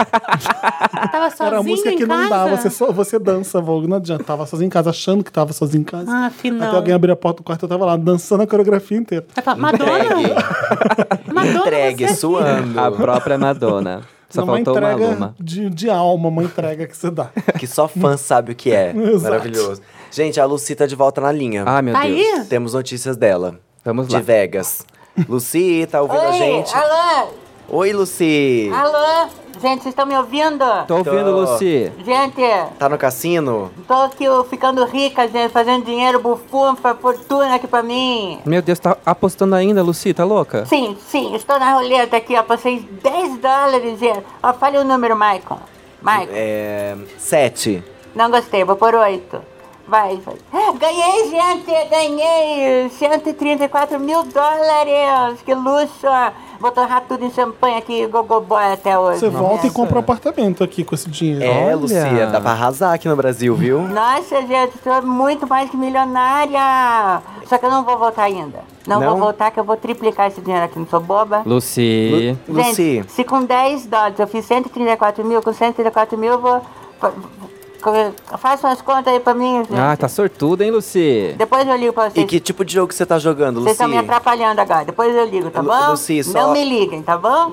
Tava sozinha Era a música em que não casa? dá. Você, só, você dança Vogue, não adianta. Tava sozinho em casa, achando que tava sozinho em casa. Ah, afinal. Até alguém abrir a porta do quarto, eu tava lá, dançando a coreografia inteira. Vai falar, Madonna? Entregue. Madonna, Entregue, você... suando. A própria Madonna. Só Não, uma faltou uma entrega Luma. de, de alma, uma entrega que você dá. Que só fã sabe o que é. Exato. Maravilhoso. Gente, a Lucy tá de volta na linha. Ah, meu Tá Deus. aí? Temos notícias dela. Vamos De lá. Vegas. Lucy, tá ouvindo a Oi, gente? alô, Oi, Lucy. alô, gente, vocês estão me ouvindo? Tô ouvindo, Tô. Lucy. Gente, Tá no cassino? tô aqui ó, ficando rica, gente, fazendo dinheiro, bufunfa, fortuna aqui pra mim. Meu Deus, tá apostando ainda, Lucy? Tá louca? Sim, sim, estou na roleta aqui, ó, passei dez dólares, gente. Ó, fale o número, Michael. Michael, É. Sete. não gostei, vou por oito. Vai, vai. Ah, ganhei, gente, ganhei cento e trinta e quatro mil dólares, que luxo. Vou torrar tudo em champanhe aqui, gogoboy até hoje. Você volta e compra um apartamento aqui com esse dinheiro. É, Olha. Lucia, dá pra arrasar aqui no Brasil, viu? Nossa, gente, sou muito mais que milionária. Só que eu não vou voltar ainda. Não, Não? vou voltar, que eu vou triplicar esse dinheiro aqui, não sou boba. Lucy. Lu- Lucy, Gente, se com dez dólares eu fiz cento e trinta e quatro mil, com cento e trinta e quatro mil eu vou... fa- fa- Faça umas contas aí pra mim, gente. Ah, tá sortuda, hein, Lucy? Depois eu ligo pra e vocês. que tipo de jogo você tá jogando, Vocês Lucy? estão me atrapalhando agora. Depois eu ligo, tá Lu- bom? Lucy, só- Não me liguem, tá bom?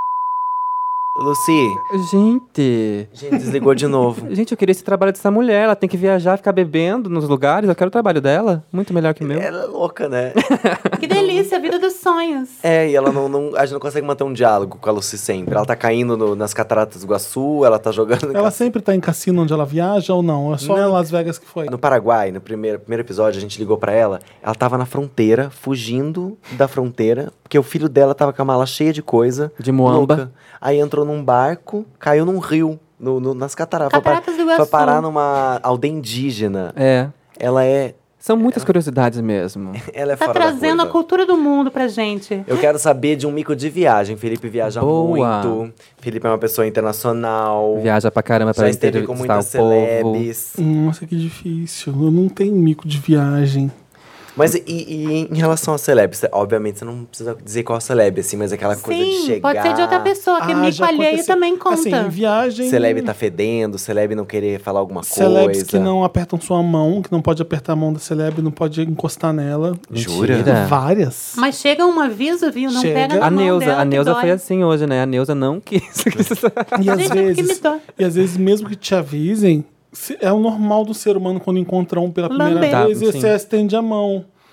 Lucy, Gente. gente, desligou de novo. Gente, eu queria esse trabalho dessa mulher. Ela tem que viajar, ficar bebendo nos lugares. Eu quero o trabalho dela. Muito melhor que o meu. Ela é louca, né? Que delícia, a vida dos sonhos. É, e ela não, não. A gente não consegue manter um diálogo com a Lucy sempre. Ela tá caindo no- nas cataratas do Iguaçu, ela tá jogando. Ela sempre tá em cassino onde ela viaja ou não? É só Não. em Las Vegas que foi? No Paraguai, no primeiro, primeiro episódio, a gente ligou pra ela. Ela tava na fronteira, fugindo da fronteira, porque o filho dela tava com a mala cheia de coisa. De muamba. louca. Aí entrou num barco, caiu num rio, no, no- nas cataratas. Foi Cataratas do pa- Foi Iguaçu. parar numa aldeia indígena. É. Ela é. São muitas curiosidades mesmo. Ela é Tá fora da trazendo a curva. cultura do mundo pra gente. Eu quero saber de um mico de viagem. Felipe viaja Boa. muito. Felipe é uma pessoa internacional. Viaja pra caramba pra Já esteve com entrevistar muitas o povo. celebs. Nossa, que difícil. Eu não tenho mico de viagem. Mas e, e em relação a celebs? Obviamente, você não precisa dizer qual celeb, assim, mas aquela coisa de Sim, chegar... pode ser de outra pessoa, que Ah, mico já alheio aconteceu. também conta. Assim, em viagem... Celeb tá fedendo, celeb não querer falar alguma Celebs coisa. que não apertam sua mão, que não pode apertar a mão da celeb, não pode encostar nela. Jura? Mentira. Várias. Mas chega um aviso, viu? Não Chega. pega na A mão Neuza, dela, a que Neuza dói. foi assim hoje, né? A Neuza não quis. E às Gente, é porque me vezes, dói. e às vezes, mesmo que te avisem, se- é o normal do ser humano quando encontra um pela primeira Lamber. vez Tá, e sim. você estende a mão.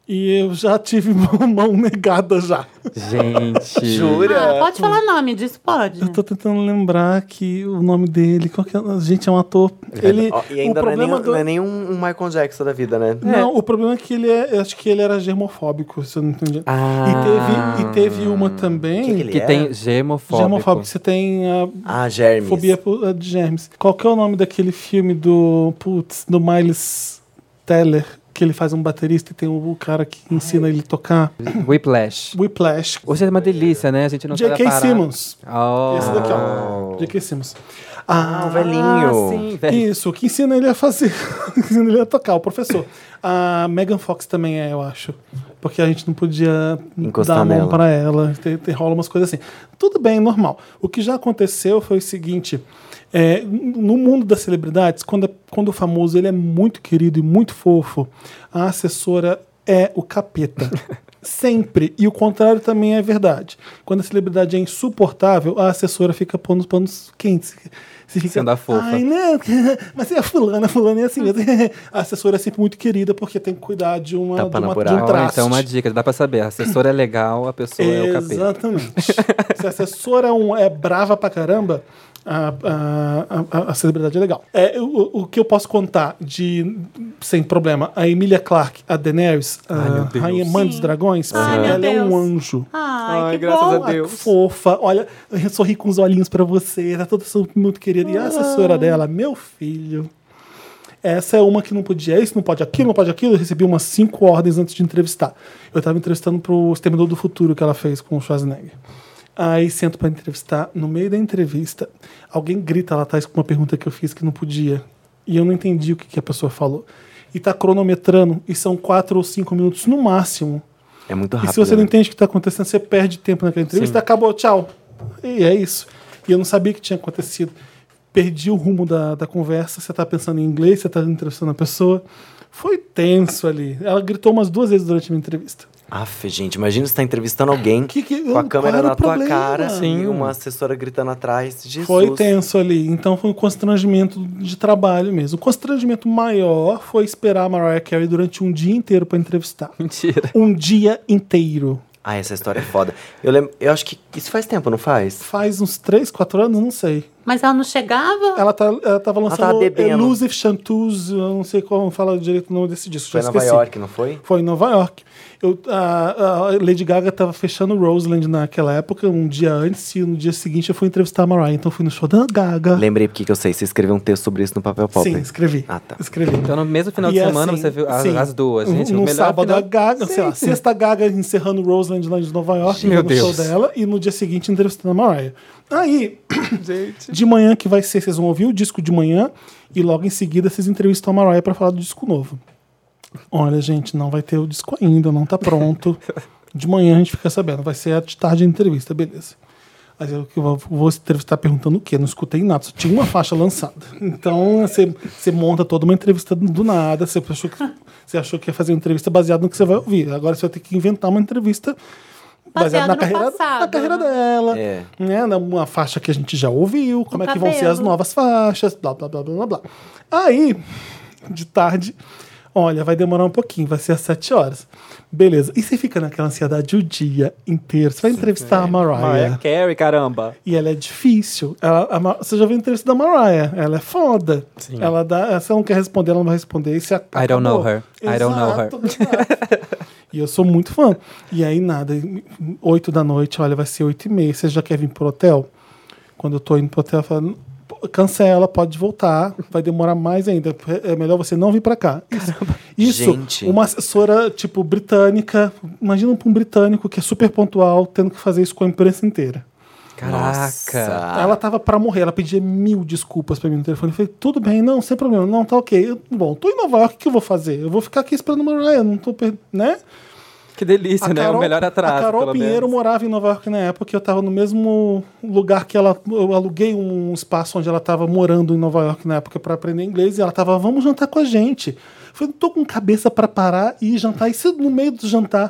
E eu já tive mão negada já. Gente. Jura? Ah, pode falar nome disso, pode. Eu tô tentando lembrar que o nome dele, qual que é? Gente, é um ator. Ele, Ó, e ainda o não é, problema nem, do- não é nem um, um Michael Jackson da vida, né? Não, o problema é que ele é. Eu acho que ele era germofóbico, se eu não entendi. Ah. E, teve, e teve uma também. Que que ele Que é? tem gemofóbico. Germofóbico, você tem a Ah, Germes. fobia por- de germes. Qual que é o nome daquele filme do. Putz, do Miles Teller? Que ele faz um baterista e tem o cara que ensina ele a tocar. Whiplash. Whiplash. Hoje é uma delícia, né? A gente não J sabe K. parar. Simmons. Oh. Esse daqui, ó. J K. Simmons. Ah, Ah, o velhinho. Ah, sim, velho. Isso, que ensina ele a fazer. Ensina ele a tocar, o professor. A Megan Fox também é, eu acho. Porque a gente não podia Encostar dar a mão nela. pra ela. Tem, tem, rola umas coisas assim. Tudo bem, normal. O que já aconteceu foi o seguinte. É, no mundo das celebridades, quando, quando o famoso ele é muito querido e muito fofo, a assessora é o capeta. Sempre. E o contrário também é verdade. Quando a celebridade é insuportável, a assessora fica pondo os panos quentes. Você fica, Sendo a fofa. ai, não, mas é a fulana, a fulana é assim mesmo. A assessora é sempre muito querida porque tem que cuidar de, uma, Tapa de, na uma, de buraco. um Ó, traste. então uma dica, dá pra saber. A assessora é legal, a pessoa é o capeta. Exatamente. Se a assessora é, um, é brava pra caramba, a, a, a, a celebridade é legal. É, o, o que eu posso contar de sem problema, a Emilia Clarke, a Daenerys, Ai, meu a Deus. Rainha Mãe dos Dragões, Ai, meu ela é um Deus. anjo. Ai, Ai, que graças bom. a Deus. Fofa, olha, eu sorri com os olhinhos pra você, ela toda muito querida. E a assessora dela, meu filho. Essa é uma que não podia isso, não pode aquilo, não pode aquilo. Eu recebi umas cinco ordens antes de entrevistar. Eu tava entrevistando pro Exterminador do Futuro que ela fez com o Schwarzenegger. Aí sento pra entrevistar. No meio da entrevista, alguém grita lá atrás com uma pergunta que eu fiz que não podia. E eu não entendi o que, que a pessoa falou. E tá cronometrando, e são quatro ou cinco minutos no máximo. É muito E rápido. se você não né? entende o que está acontecendo, você perde tempo naquela entrevista, acabou, tchau. E é isso. E eu não sabia o que tinha acontecido. Perdi o rumo da, da conversa. Você está pensando em inglês, você está entrevistando a pessoa. Foi tenso ali. Ela gritou umas duas vezes durante a minha entrevista. Aff, gente, imagina você tá entrevistando alguém Que que- com a qual câmera era na o tua problema? cara Sim. e uma assessora gritando atrás. Jesus. Foi tenso ali. Então foi um constrangimento de trabalho mesmo. O constrangimento maior foi esperar a Mariah Carey durante um dia inteiro para entrevistar. Mentira. Um dia inteiro. Ah, essa história é foda. Eu lembro, eu acho que isso faz tempo, não faz? Faz uns três, quatro anos, não sei. Mas ela não chegava? Ela, tá, ela tava lançando tava bebendo. Elusive Chanteuse, eu não sei como fala direito o nome desse disco. Foi já em Nova esqueci. York, não foi? Foi em Nova York. Eu, a, a Lady Gaga tava fechando o Roseland naquela época, um dia antes, e no dia seguinte eu fui entrevistar a Mariah. Então eu fui no show da Gaga. Lembrei porque que eu sei. Você escreveu um texto sobre isso no Papel Pop. Sim, escrevi. Ah, tá. Escrevi. Então no mesmo final de E semana assim, você viu as, sim, as duas, gente. No o melhor sábado final... a Gaga, sei lá, Sim. sexta a Gaga encerrando o Roseland lá de Nova York, Meu no Deus. show dela, e no dia seguinte entrevistando a Mariah. Aí, de manhã que vai ser, vocês vão ouvir o disco de manhã, e logo em seguida vocês entrevistam a Mariah pra falar do disco novo. Olha, gente, não vai ter o disco ainda, não tá pronto. De manhã a gente fica sabendo, vai ser de tarde a entrevista, beleza. Mas eu que vou, vou entrevistar perguntando o quê? Não escutei nada, só tinha uma faixa lançada. Então você, você monta toda uma entrevista do nada, você achou, que, você achou que ia fazer uma entrevista baseada no que você vai ouvir. Agora você vai ter que inventar uma entrevista baseada Baseado na no carreira, passado. na carreira dela, É. né? Uma faixa que a gente já ouviu, como é que vão ser cabelo. as novas faixas, blá, blá, blá, blá, blá, blá. Aí, de tarde, olha, vai demorar um pouquinho, vai ser às sete horas. Beleza. E você fica naquela ansiedade o dia inteiro. Você vai entrevistar a Mariah. Mariah Carey, caramba. E ela é difícil. Ela, a Ma- você já viu a entrevista da Mariah? Ela é foda. Sim. Ela dá, se ela não quer responder, ela não vai responder. E se acabou. I don't know her. I don't know her. Exato, exato. E eu sou muito fã. E aí, nada, oito da noite, olha, vai ser oito e meia. Você já quer vir pro hotel? Quando eu tô indo pro hotel, eu falo, cancela, pode voltar, vai demorar mais ainda. É melhor você não vir pra cá. Isso, isso Gente. uma assessora, tipo, britânica, imagina pra um britânico que é super pontual, tendo que fazer isso com a imprensa inteira. Caraca. Nossa. Ela tava pra morrer, ela pedia mil desculpas pra mim no telefone. Eu falei, tudo bem, não, sem problema, não, tá ok. Eu, bom, tô em Nova York, o que eu vou fazer? Eu vou ficar aqui esperando uma Mariah, não tô, per- né? Que delícia, né? O melhor atraso, a Carol pelo Pinheiro menos. morava em Nova York na época, eu tava no mesmo lugar que ela. Eu aluguei um espaço onde ela tava morando em Nova York na época pra aprender inglês, e ela tava, vamos jantar com a gente. Eu falei, tô com cabeça pra parar e ir jantar. E se no meio do jantar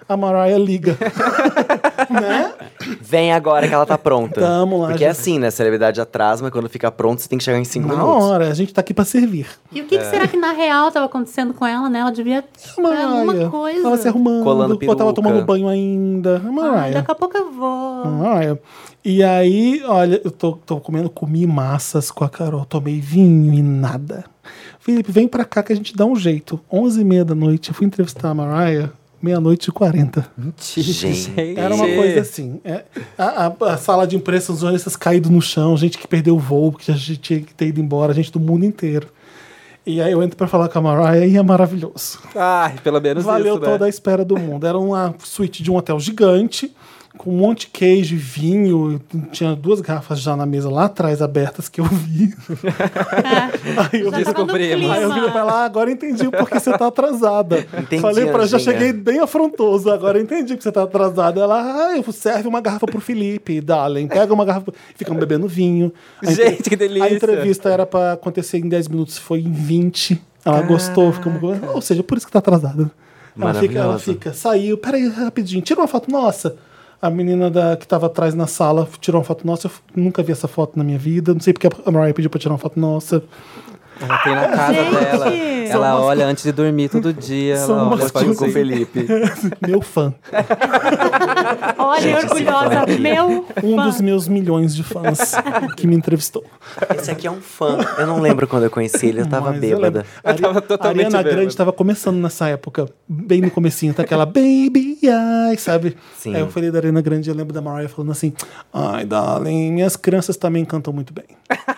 a Mariah liga. Né? Vem agora que ela tá pronta. Tamo lá, Porque é gente. assim, né? Celebridade atrasa, mas quando fica pronto, você tem que chegar em cinco Na minutos. hora, a gente tá aqui pra servir. E o que, que será que na real tava acontecendo com ela, né? Ela devia ter Mariah, alguma coisa. tava se arrumando, Colando ou tava peruca. tomando banho ainda. A Ai, Mariah. daqui a pouco eu vou. Mariah. E aí, olha, eu tô, tô comendo, comi massas com a Carol, tomei vinho e nada. Felipe, vem pra cá que a gente dá um jeito. onze e meia da noite, eu fui entrevistar a Mariah, meia-noite e quarenta. Gente. Era uma coisa assim. é, a, a- a sala de imprensa, os jornalistas caídos no chão, gente que perdeu o voo, que a gente tinha que ter ido embora, gente do mundo inteiro. E aí eu entro pra falar com a Mariah e é maravilhoso. Ai, pelo menos Valeu isso, né? toda a espera do mundo. Era uma suíte de um hotel gigante, com um monte de queijo e vinho. Tinha duas garrafas já na mesa lá atrás, abertas, que eu vi. Aí eu Já vi- tava no descobrimos. Aí eu clima. vi pra ela, ah, agora entendi o porquê você tá atrasada. Entendi, Falei pra ela, já Anjinha. cheguei bem afrontoso, agora eu entendi que você tá atrasada. Ela, ah, eu serve uma garrafa pro Felipe, darling, pega uma garrafa. Ficamos bebendo vinho. A Gente, entre- que delícia. A entrevista era pra acontecer em dez minutos, foi em vinte. Ela gostou, ficamos. Ou seja, por isso que tá atrasada. Ela fica, ela Maravilhosa. fica, saiu, peraí, rapidinho, tira uma foto nossa. A menina da, que tava atrás na sala tirou uma foto nossa. Eu f- nunca vi essa foto na minha vida. Não sei porque a Mariah pediu pra tirar uma foto nossa. Ela tem na casa Gente! dela. Ela São umas olha antes de dormir todo dia. São Ela umas olha Faz faz com o assim. Felipe. Meu fã. Olha, orgulhosa, meu Um fã. dos meus milhões de fãs que me entrevistou. Esse aqui é um fã. Eu não lembro quando eu conheci ele, eu tava Mas bêbada. lembro. A Ari- tava totalmente a Ariana bêbada. Grande tava começando nessa época, bem no comecinho, tá aquela Baby Ai, sabe? Sim. Aí eu falei da Ariana Grande, eu lembro da Mariah falando assim, ai, darling, minhas crianças também cantam muito bem.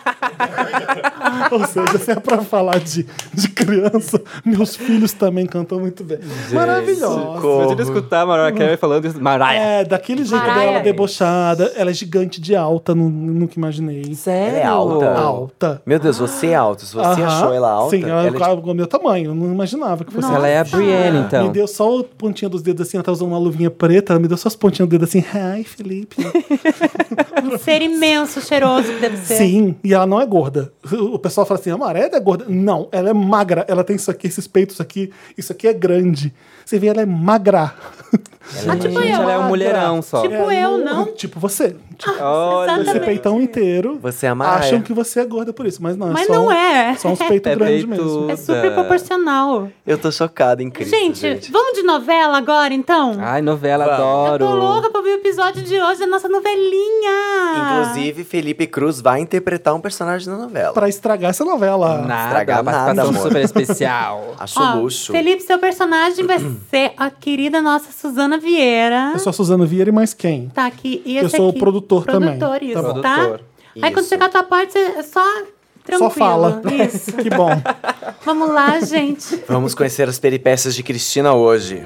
Ou seja, se é pra falar de, de criança, meus filhos também cantam muito bem. Maravilhosa. Imagina escutar a Mariah Carey falando isso. Mariah. É, daquele jeito Mariah. dela, debochada. Ela é gigante de alta, nu- nunca imaginei. Sério? Ela é alta? Alta. Meu Deus, você é alto. Se você Aham. achou ela alta, Sim, ela, ela é tipo- é o meu tamanho. Eu não imaginava que fosse Ela é a Brienne, então. Me deu só a pontinha dos dedos assim, ela tá usando uma luvinha preta, ela me deu só as pontinhas dos dedos assim, ai, Felipe. Um ser imenso, cheiroso que deve ser. Sim, e ela não é gorda. O pessoal fala assim, a Mariah é gorda. Não, ela é magra, ela tem isso aqui, esses peitos aqui, isso aqui é grande. Você vê, ela é magra. Ela, tipo gente, eu. ela é um mulherão só. Tipo É, eu, não? Tipo você. Tipo, Olha. esse Exatamente. peitão inteiro. Você é a Mariah. Acham que você é gorda por isso, mas não. Mas só não um- é. Só uns peitos É grandes peituda. mesmo. É super proporcional. Eu tô chocada, incrível, Gente, gente. vamos de novela agora, então? Ai, novela, Vamos. Eu adoro. tô louca pra ver o episódio de hoje da nossa novelinha. Inclusive, Felipe Cruz vai interpretar um personagem na novela. Pra estragar essa novela. Nada, Estragar nada, participação amor. super especial. Acho Ó, luxo. Felipe, seu personagem vai ser a querida nossa Suzana Vieira. Eu sou a Suzana Vieira e mais quem? Tá aqui. E Eu esse sou o aqui, produtor também. Produtor, isso, Tá bom. tá? Produtor. Aí quando Isso. chegar a tua parte, você é só tranquilo. Só fala. Isso. Que bom. Vamos lá, gente. Vamos conhecer as peripécias de Cristina hoje.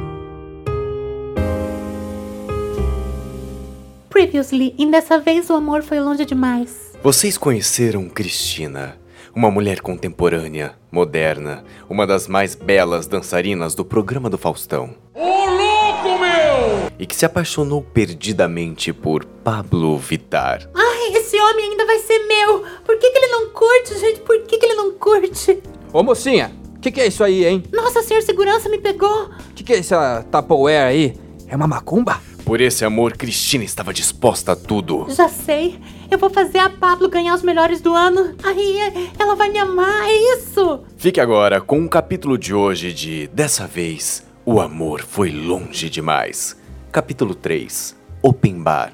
Previously, e dessa vez o amor foi longe demais. Vocês conheceram Cristina, uma mulher contemporânea, moderna, uma das mais belas dançarinas do programa do Faustão. Ô, louco, meu! E que se apaixonou perdidamente por Pablo Vittar. Ai, esse homem ainda vai ser meu. Por que, que ele não curte, gente? Por que, que ele não curte? Ô, mocinha, o que, que é isso aí, hein? Nossa, senhor segurança me pegou. O que, que é essa Tupperware aí? É uma macumba? Por esse amor, Cristina estava disposta a tudo. Já sei. Eu vou fazer a Pablo ganhar os melhores do ano. Aí, ela vai me amar, é isso. Fique agora com o capítulo de hoje de Dessa Vez, o amor foi longe demais. Capítulo três, Open Bar.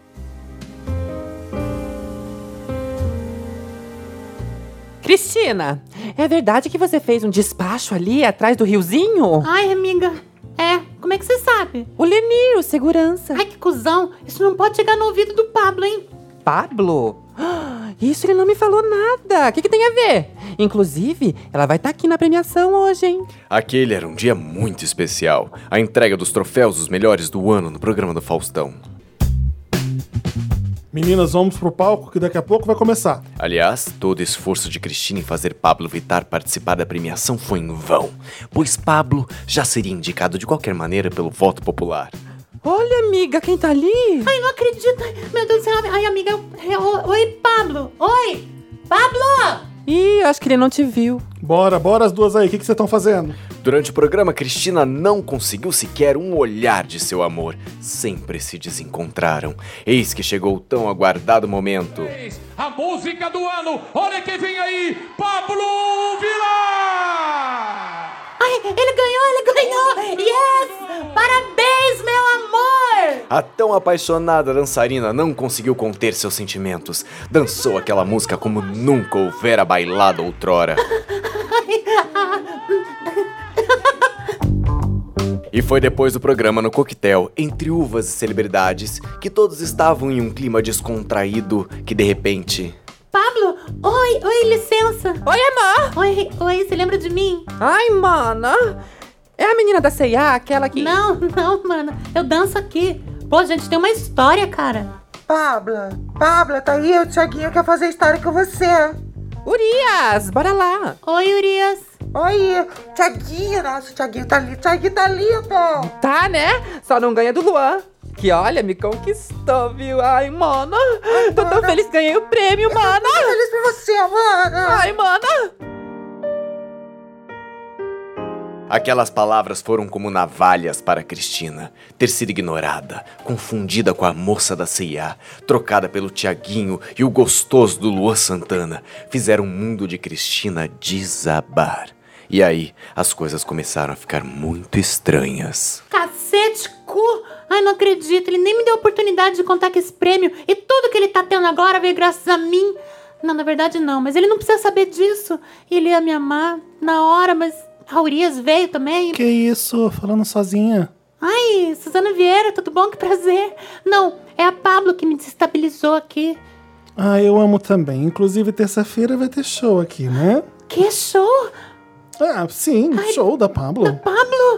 Cristina, é verdade que você fez um despacho ali atrás do riozinho? Ai, amiga. É, como é que você sabe? O Lenir, o segurança. Ai, que cuzão. Isso não pode chegar no ouvido do Pablo, hein? Pablo? Ah, isso ele não me falou nada. O que, que tem a ver? Inclusive, ela vai estar aqui na premiação hoje, hein? Aquele era um dia muito especial. A entrega dos troféus dos melhores do ano no programa do Faustão. Meninas, vamos pro palco que daqui a pouco vai começar. Aliás, todo o esforço de Cristina em fazer Pablo Vittar participar da premiação foi em vão, pois Pablo já seria indicado de qualquer maneira pelo voto popular. Olha, amiga, quem tá ali? Ai, não acredito. Ai, meu Deus do céu. Ai, amiga. eu- eu- Oi, Pablo. Oi. Pablo! Ih, acho que ele não te viu. Bora, bora as duas aí. O que que vocês estão fazendo? Durante o programa, Cristina não conseguiu sequer um olhar de seu amor. Sempre se desencontraram. Eis que chegou o tão aguardado momento. A música do ano, olha quem vem aí, Pablo Vittar! Ai, ele ganhou, ele ganhou! Yes! Parabéns, meu amor! A tão apaixonada dançarina não conseguiu conter seus sentimentos. Dançou aquela música como nunca houvera bailado outrora. E foi depois do programa no coquetel, entre uvas e celebridades, que todos estavam em um clima descontraído, que de repente... Pablo, oi, oi, licença. Oi, amor. Oi, oi, você lembra de mim? Ai, mana. É a menina da C e A, aquela que... Não, não, mano, eu danço aqui. Pô, gente, tem uma história, cara. Pablo, Pablo, tá aí, o Thiaguinho quer fazer história com você. Urias, bora lá. Oi, Urias. Oi, Thiaguinho, nossa, o Thiaguinho tá lindo, Thiaguinho tá lindo. Tá, né? Só não ganha do Luan. Que olha, me conquistou, viu? Ai, mana. Ai, Tô tão mana. feliz que ganhei o prêmio, mana. Tô feliz por você, mano. Ai, mana. Aquelas palavras foram como navalhas para Cristina. Ter sido ignorada, confundida com a moça da C e A, trocada pelo Thiaguinho e o gostoso do Luan Santana, fizeram o mundo de Cristina desabar. E aí, as coisas começaram a ficar muito estranhas. Cacete, cu. Ai, não acredito, ele nem me deu a oportunidade de contar que esse prêmio e tudo que ele tá tendo agora veio graças a mim. Não, na verdade não, mas ele não precisa saber disso. Ele ia me amar na hora, mas a Urias veio também. Que isso? Falando sozinha. Ai, Suzana Vieira, tudo bom? Que prazer. Não, é a Pablo que me desestabilizou aqui. Ah, eu amo também. Inclusive, terça-feira vai ter show aqui, né? Que show? Ah, sim, show da Pablo. Pablo?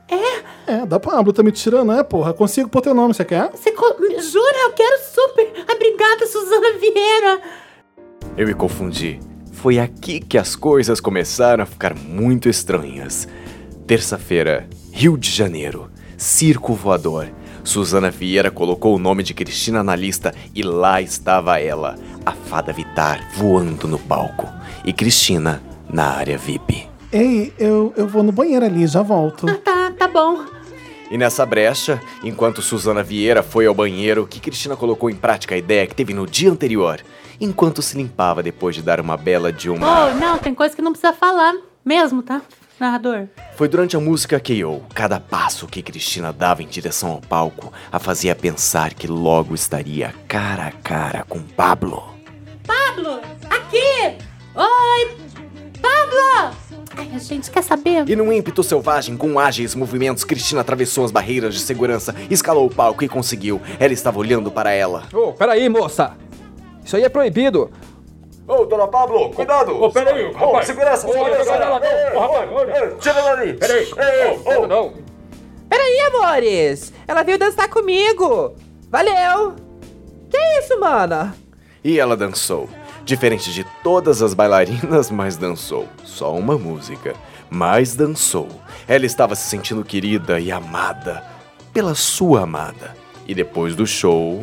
É? É, da Pablo. Tá me tirando, né, porra? Consigo pôr teu nome, você quer? Você co- jura? Eu quero super. Obrigada, Suzana Vieira. Eu me confundi. Foi aqui que as coisas começaram a ficar muito estranhas. Terça-feira, Rio de Janeiro, Circo Voador. Suzana Vieira colocou o nome de Cristina na lista e lá estava ela, a Fada Vittar, voando no palco. E Cristina na área V I P. Ei, eu, eu vou no banheiro ali, já volto. Tá, tá bom. E nessa brecha, enquanto Suzana Vieira foi ao banheiro, que Cristina colocou em prática a ideia que teve no dia anterior, enquanto se limpava depois de dar uma bela de uma... Oh, não, tem coisa que não precisa falar mesmo, tá, narrador? Foi durante a música K O, cada passo que Cristina dava em direção ao palco a fazia pensar que logo estaria cara a cara com Pablo. Pablo, aqui! Oi, Pablo! Ai, a gente quer saber? E num ímpeto selvagem, com ágeis movimentos, Cristina atravessou as barreiras de segurança, escalou o palco e conseguiu. Ela estava olhando para ela. Ô, oh, peraí, moça! Isso aí é proibido! Ô, oh, dona Pablo, cuidado! Ô, oh, peraí, rapaz! Oh, segurança, oh, segurança! Ela não, oh, rapaz, olha! Tira ela ali! Peraí! Ei, oh, oh. Não! Peraí, amores! Ela veio dançar comigo! Valeu! Que isso, mana? E ela dançou. Diferente de todas as bailarinas, mas dançou. Só uma música. Mas dançou. Ela estava se sentindo querida e amada pela sua amada. E depois do show...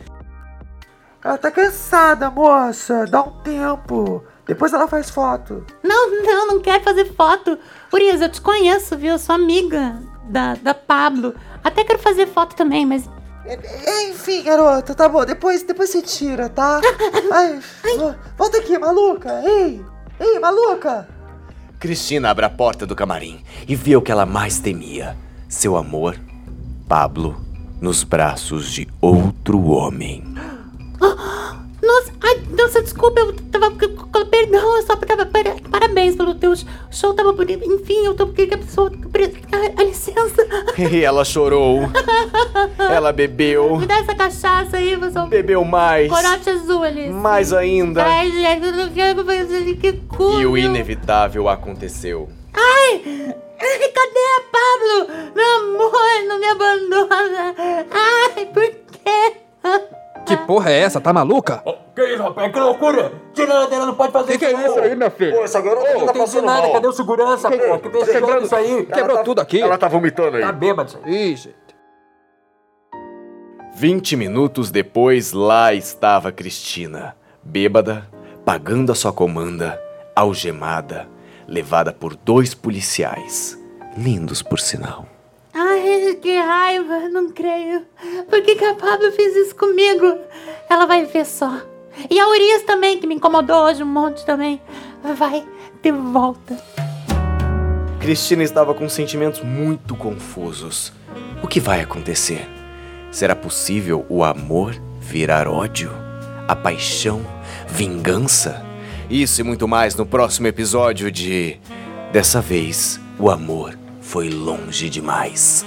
Ela tá cansada, moça. Dá um tempo. Depois ela faz foto. Não, não, não quero fazer foto. Urias, eu te conheço, viu? Eu sou amiga da, da Pablo. Até quero fazer foto também, mas... Enfim, garota, tá bom. Depois, depois você tira, tá? Ai, vo- volta aqui, maluca. Ei, ei, maluca. Cristina abre a porta do camarim e vê o que ela mais temia. Seu amor, Pablo, nos braços de outro homem. Nossa, ai, nossa, desculpa, eu tava... Perdão, eu só tava... Parabéns pelo teu show, tava... Enfim, eu tô... Que a pessoa... Ai, ai, licença. E ela chorou. Ela bebeu. Me dá essa cachaça aí, você... Bebeu mais. Corote azul ali. Mais ainda. Ai, gente, eu não quero fazer que cu. E o inevitável aconteceu. Ai, ai, cadê a Pablo? Meu amor, não me abandona. Ai, por quê? Que porra é essa? Tá maluca? Oh, que isso, rapaz? Que loucura! Tira ela dela, não pode fazer Que que é isso aí, minha filha? Pô, essa garota Não entendi nada, cadê o segurança, pô? Que fez Quebrou isso aí? Quebrou tudo aqui. Ela tá vomitando aí. Tá bêbado isso aí. Ih, gente. Vinte minutos depois, lá estava Cristina, bêbada, pagando a sua comanda, algemada, levada por dois policiais. Lindos, por sinal. Ai, que raiva, não creio. Por que, que a Pablo fez isso comigo? Ela vai ver só. E a Urias também, que me incomodou hoje um monte também. Vai de volta. Cristina estava com sentimentos muito confusos. O que vai acontecer? Será possível o amor virar ódio? A paixão? Vingança? Isso e muito mais no próximo episódio de... Dessa vez, o amor foi longe demais.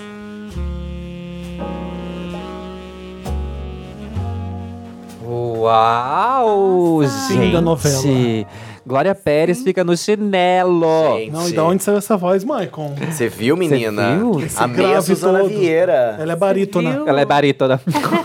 Uau, Fim gente. da novela. Glória Pérez fica no chinelo. Gente, Não, e da onde saiu essa voz, Maicon? Você viu, menina? viu? Esse Amei a grave Suzana todo. Vieira. Ela é barítona. viu? Ela é barítona.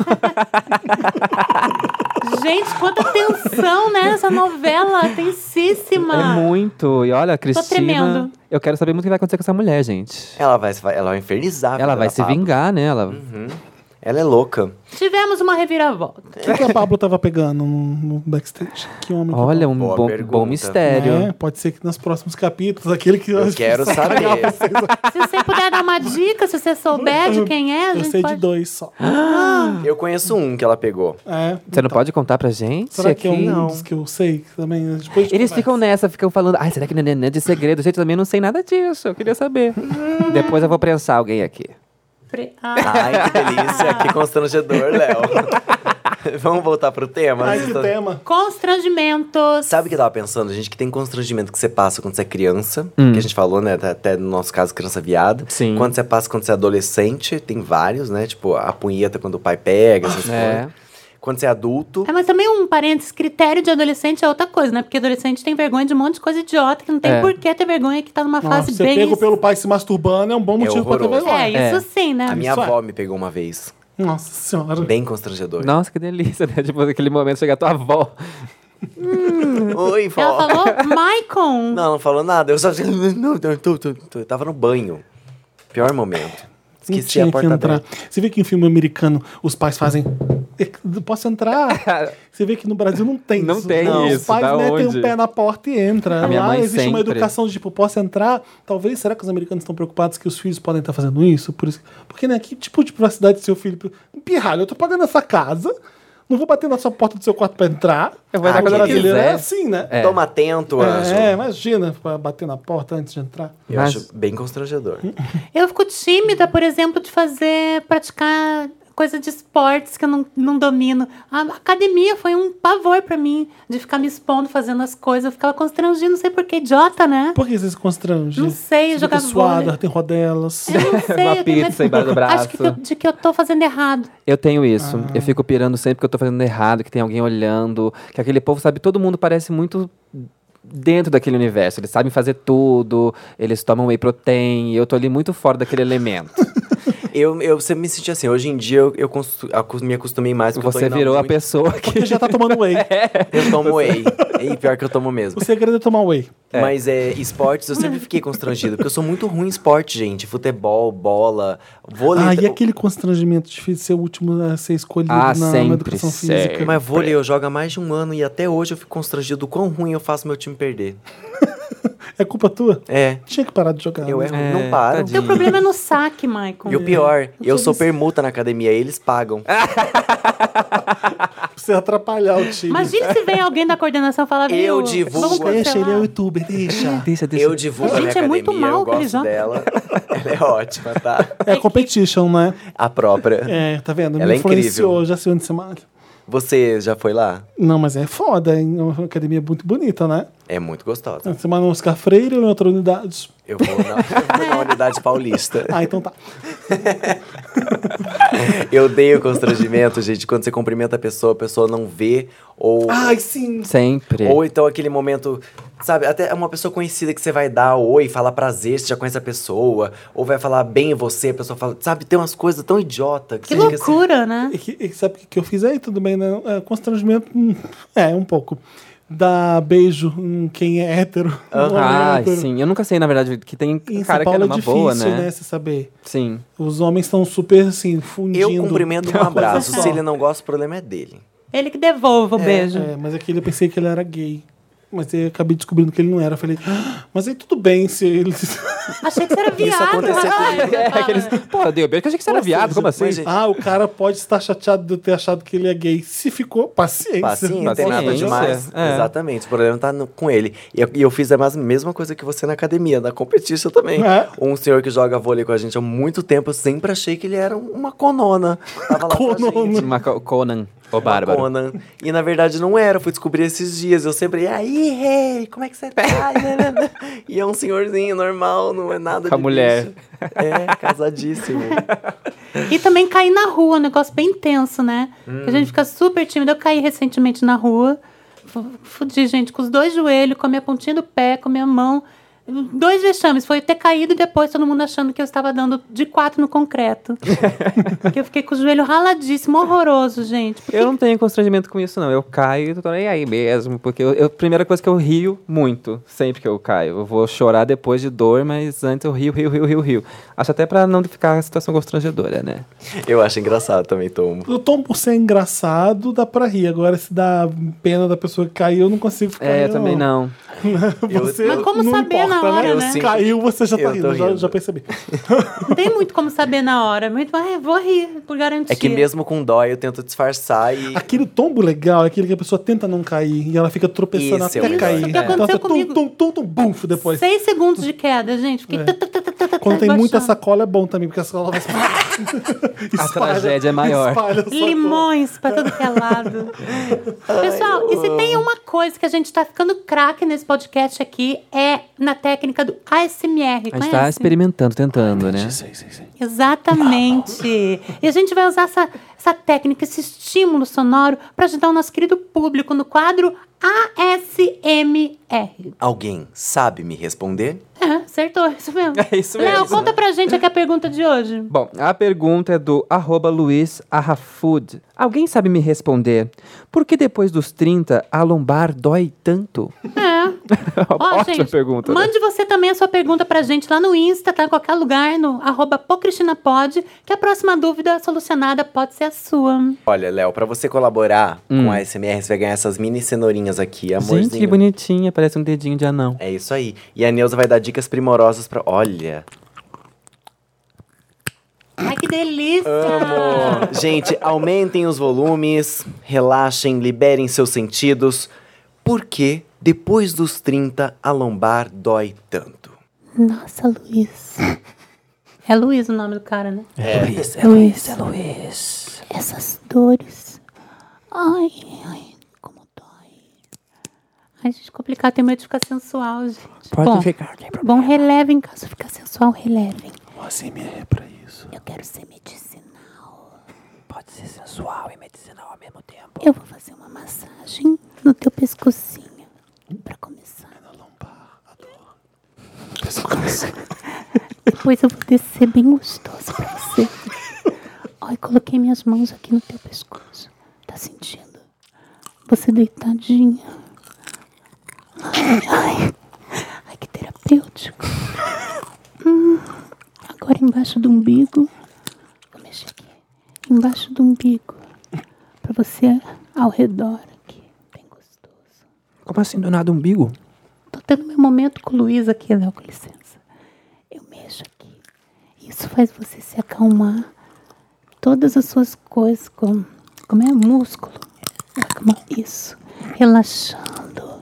Gente, quanta tensão, né? Essa novela, tensíssima. É muito. E olha, a Cristina... tremendo. Eu quero saber muito o que vai acontecer com essa mulher, gente. Ela vai, ela vai infernizar. a Ela vida vai da se Pablo. vingar, né? Ela... Uhum. Ela é louca. Tivemos uma reviravolta. O que, que a Pablo tava pegando no, no backstage? Que homem que Olha, um Boa bom, pergunta. bom mistério. É, pode ser que nos próximos capítulos, aquele que... Eu quero saber. Se você puder dar uma dica, se você souber de quem é, a Eu gente sei pode... de dois só. Eu conheço um que ela pegou. É, Você não pode contar pra gente? será que é aqui? um dos que eu sei também? Depois Eles ficam nessa, ficam falando, ai, será que não é de segredo? Gente, eu também não sei nada disso, eu queria saber. Depois eu vou prensar alguém aqui. Ah, Ai, que delícia. Que constrangedor, Léo. Vamos voltar pro tema? Ai, Vocês que tão- tema. constrangimentos. Sabe o que eu tava pensando, gente? Que tem constrangimento que você passa quando você é criança. Hum. Que a gente falou, né? Até- Até no nosso caso, criança viada. Sim. Quando você passa quando você é adolescente, tem vários, né? Tipo, a punheta quando o pai pega, essas É. coisas. Quando você é adulto... É, mas também um parênteses, critério de adolescente é outra coisa, né? Porque adolescente tem vergonha de um monte de coisa idiota, que não tem É. por que ter vergonha, que tá numa Nossa, fase ser bem... pego pelo pai se masturbando é um bom motivo pra ter horroroso. vergonha. É, isso É. sim, né? A minha Isso é. avó me pegou uma vez. Nossa senhora. Bem constrangedor. Nossa, que delícia, né? Tipo, aquele momento chega a tua avó. Oi, vó. Ela falou, Maicon. Não, não falou nada. Eu só... Não, eu, tô, tô, tô. eu tava no banho. Pior momento. Não Esqueci tinha a que porta entrar. aberta. Você vê que em filme americano os pais fazem. Posso entrar? Você vê que no Brasil não tem Não isso. tem Os isso, pais da metem onde? o pé na porta e entram. A minha Lá mãe existe uma sempre. educação de tipo, posso entrar? Talvez, será que os americanos estão preocupados que os filhos podem estar fazendo isso? Por isso porque, né, que tipo de privacidade do seu filho? Um pirralho, eu tô pagando essa casa, não vou bater na sua porta do seu quarto pra entrar. Eu vou Ah, entrar quando que ela Brasileiro quiser. é assim, né? É. Toma atento, anjo. É, imagina, pra bater na porta antes de entrar. Eu Mas- acho bem constrangedor. Eu fico tímida, por exemplo, de fazer, praticar coisa de esportes que eu não, não domino. A academia foi um pavor pra mim, de ficar me expondo, fazendo as coisas. Eu ficava constrangindo, não sei por que, idiota, né? Por que você se constrange? Não sei, Você jogar fica suada, vôlei. tem rodelas. Eu não sei. Uma eu tenho pizza embaixo do braço. Acho que eu- de que eu tô fazendo errado. Eu tenho isso. Eu fico pirando sempre que eu tô fazendo errado, que tem alguém olhando, que aquele povo, sabe, todo mundo parece muito dentro daquele universo. Eles sabem fazer tudo, eles tomam whey protein, e eu tô ali muito fora daquele elemento. Eu, eu sempre me senti assim. Hoje em dia, eu, eu constru- acos- me acostumei mais. porque eu tô Você indo virou a muito- pessoa que... Porque já tá tomando whey. Eu tomo whey. E pior que eu tomo mesmo. O segredo é tomar whey. Mas é, esportes, eu sempre fiquei constrangido. Porque eu sou muito ruim em esporte, gente. Futebol, bola, vôlei. Ah, e aquele constrangimento difícil de ser o último a ser escolhido Ah, na, na sempre, educação sempre. física. Mas vôlei eu jogo há mais de um ano e até hoje eu fico constrangido do quão ruim eu faço meu time perder. É culpa tua? É. Tinha que parar de jogar. Eu né? erro, É, não paro. tadinho. Teu problema é no saque, Maicon. E o pior, Eu eu sou sou desse- permuta na academia, eles pagam. Pra você atrapalhar o time. Imagina se vem alguém da coordenação e fala, viu, Eu divulgo. vamos Deixa, ele é cancelar. o youtuber, deixa. Deixa, deixa. Eu divulgo a minha Gente, é muito academia, mal eu que ele gosto joga. dela. Ela é ótima, tá? É competition, né? A própria. É, tá vendo? Ela Me é influenciou, incrível. já sei onde você malha. Você já foi lá? Não, mas é foda, hein? É uma academia muito bonita, né? É muito gostosa. Você malha no Oscar Freire ou em outra unidade? Eu vou na, eu vou na unidade paulista. Ah, então tá. Eu odeio constrangimento, gente. Quando você cumprimenta a pessoa, a pessoa não vê. Ou, Ai, sim. Sempre. ou então aquele momento, sabe? Até uma pessoa conhecida que você vai dar oi, falar prazer, você já conhece a pessoa. Ou vai falar bem em você, a pessoa fala... Sabe, tem umas coisas tão idiotas. Que você fica assim, loucura, né? E que, e sabe o que, que eu fiz aí? Tudo bem, né? É, constrangimento, hum, é, um pouco. Dar beijo em quem é hétero. não é Ah, hétero. sim. Eu nunca sei, na verdade, que tem Em São cara que Paulo era é uma difícil, boa, né? né? Você saber. Sim. Os homens estão super, assim, fundindo. Eu cumprimento um abraço. Só. Se ele não gosta, o problema é dele. Ele que devolva o beijo. É, mas aquele eu pensei que ele era gay. Mas aí eu acabei descobrindo que ele não era. Eu falei, ah, mas aí tudo bem se ele. Achei que você era viado. Isso aconteceu Ai, comigo. É, aqueles. Pô, deu beijo, que eu achei que você era Ou viado, seja, como assim? mas, gente, Ah, o cara pode estar chateado de eu ter achado que ele é gay. Se ficou, paciência. Paciência, não tem nada Paciência, demais. é. Exatamente, o problema tá no- com ele. E eu, e eu fiz a mas- mesma coisa que você na academia, na competition também. É. Um senhor que joga vôlei com a gente há muito tempo, eu sempre achei que ele era um- uma conona. Tava lá com a Conona. gente. Uma co- Conan, o Uma Bárbaro. Conan. E na verdade não era, eu fui descobrir esses dias. Eu sempre, e aí, rei, como é que você tá? E é um senhorzinho normal, não é nada Com a de mulher. bicho. É, casadíssimo. E também cair na rua, um negócio bem tenso, né? Hum. A gente fica super tímido. Eu caí recentemente na rua. Fu- Fudi, gente, com os dois joelhos, com a minha pontinha do pé, com a minha mão. Dois vexames. Foi ter caído e depois todo mundo achando que eu estava dando de quatro no concreto. Porque eu fiquei com o joelho raladíssimo, horroroso, gente. Porque Eu não tenho constrangimento com isso, não. Eu caio e tô nem aí mesmo. Porque eu, eu- primeira coisa que eu rio muito, sempre que eu caio. Eu vou chorar depois de dor, mas antes eu rio, rio, rio, rio, rio. Acho até pra não ficar a situação constrangedora, né? Eu acho engraçado também, Tom. O tom por ser engraçado, dá pra rir. Agora, se dá pena da pessoa que caiu, eu não consigo ficar É, eu rindo, também não. Você Mas como não saber na importa, hora, Eu né? sim. Caiu, você já tá Eu tô rindo, já, rindo. já percebi. Não tem muito como saber na hora. Muito, ah, vou rir, por garantia. É que mesmo com dó, eu tento disfarçar e... Aquele tombo legal é aquele que a pessoa tenta não cair e ela fica tropeçando Esse é até o legal. cair. Isso que aconteceu Então, você comigo. Tum, tum, tum, tum, bum, depois. Seis segundos de queda, gente. Fiquei... tã, tã, tã, tã, tã, tã, Quando tem baixando. muita sacola é bom também, porque a sacola vai... A tragédia é maior. espalha a sacola. Limões pra todo que é lado. Pessoal, e se tem uma coisa que a gente tá ficando craque nesse podcast aqui, é na técnica do A S M R. A gente Conhece? tá experimentando, tentando, né? Exatamente. E a gente vai usar essa, essa técnica, esse estímulo sonoro para ajudar o nosso querido público no quadro A S M R. Alguém sabe me responder? É, acertou, isso mesmo. É isso Léo, mesmo. conta pra gente aqui a pergunta de hoje. Bom, a pergunta é do arroba Luiz Arrafood. Alguém sabe me responder por que depois dos trinta a lombar dói tanto? É. Ó, Ótima gente, pergunta, né? mande você também a sua pergunta pra gente lá no Insta, tá? Em qualquer lugar, no arroba pocristinapod, que a próxima dúvida solucionada pode ser a sua. Olha, Léo, pra você colaborar Hum. com a A S M R, você vai ganhar essas mini cenourinhas aqui, amorzinho. Gente, que bonitinha, parece um dedinho de anão. É isso aí. E a Neuza vai dar dicas primorosas pra... Olha... Ai, que delícia! Gente, aumentem os volumes, relaxem, liberem seus sentidos. Por que, depois dos trinta, a lombar dói tanto? Nossa, Luiz. É Luiz o nome do cara, né? É. Luiz, é Luiz, é Luiz. Essas dores. Ai, ai, como dói. Ai, gente, complicado, tem medo de ficar sensual, gente. Pode Bom, ficar, tem problema. Bom, relevem, caso ficar sensual, relevem. O A S M R é pra isso. Eu quero ser medicinal. Pode ser sensual e medicinal ao mesmo tempo. Eu vou fazer uma massagem no teu pescocinho. Pra começar. Na lombar, a dor. Depois eu vou descer bem gostoso pra você. Ai, coloquei minhas mãos aqui no teu pescoço. Tá sentindo? Você deitadinha. Ai, ai. Ai, que terapêutico. Hum, agora embaixo do umbigo. Vou mexer aqui. Embaixo do umbigo. Pra você ao redor aqui. Bem gostoso. Como assim, do nada umbigo? Tô tendo meu momento com o Luiz aqui, Léo, com licença. Eu mexo aqui. Isso faz você se acalmar. Todas as suas coisas, como, como é músculo. Acalma- Isso. Relaxando.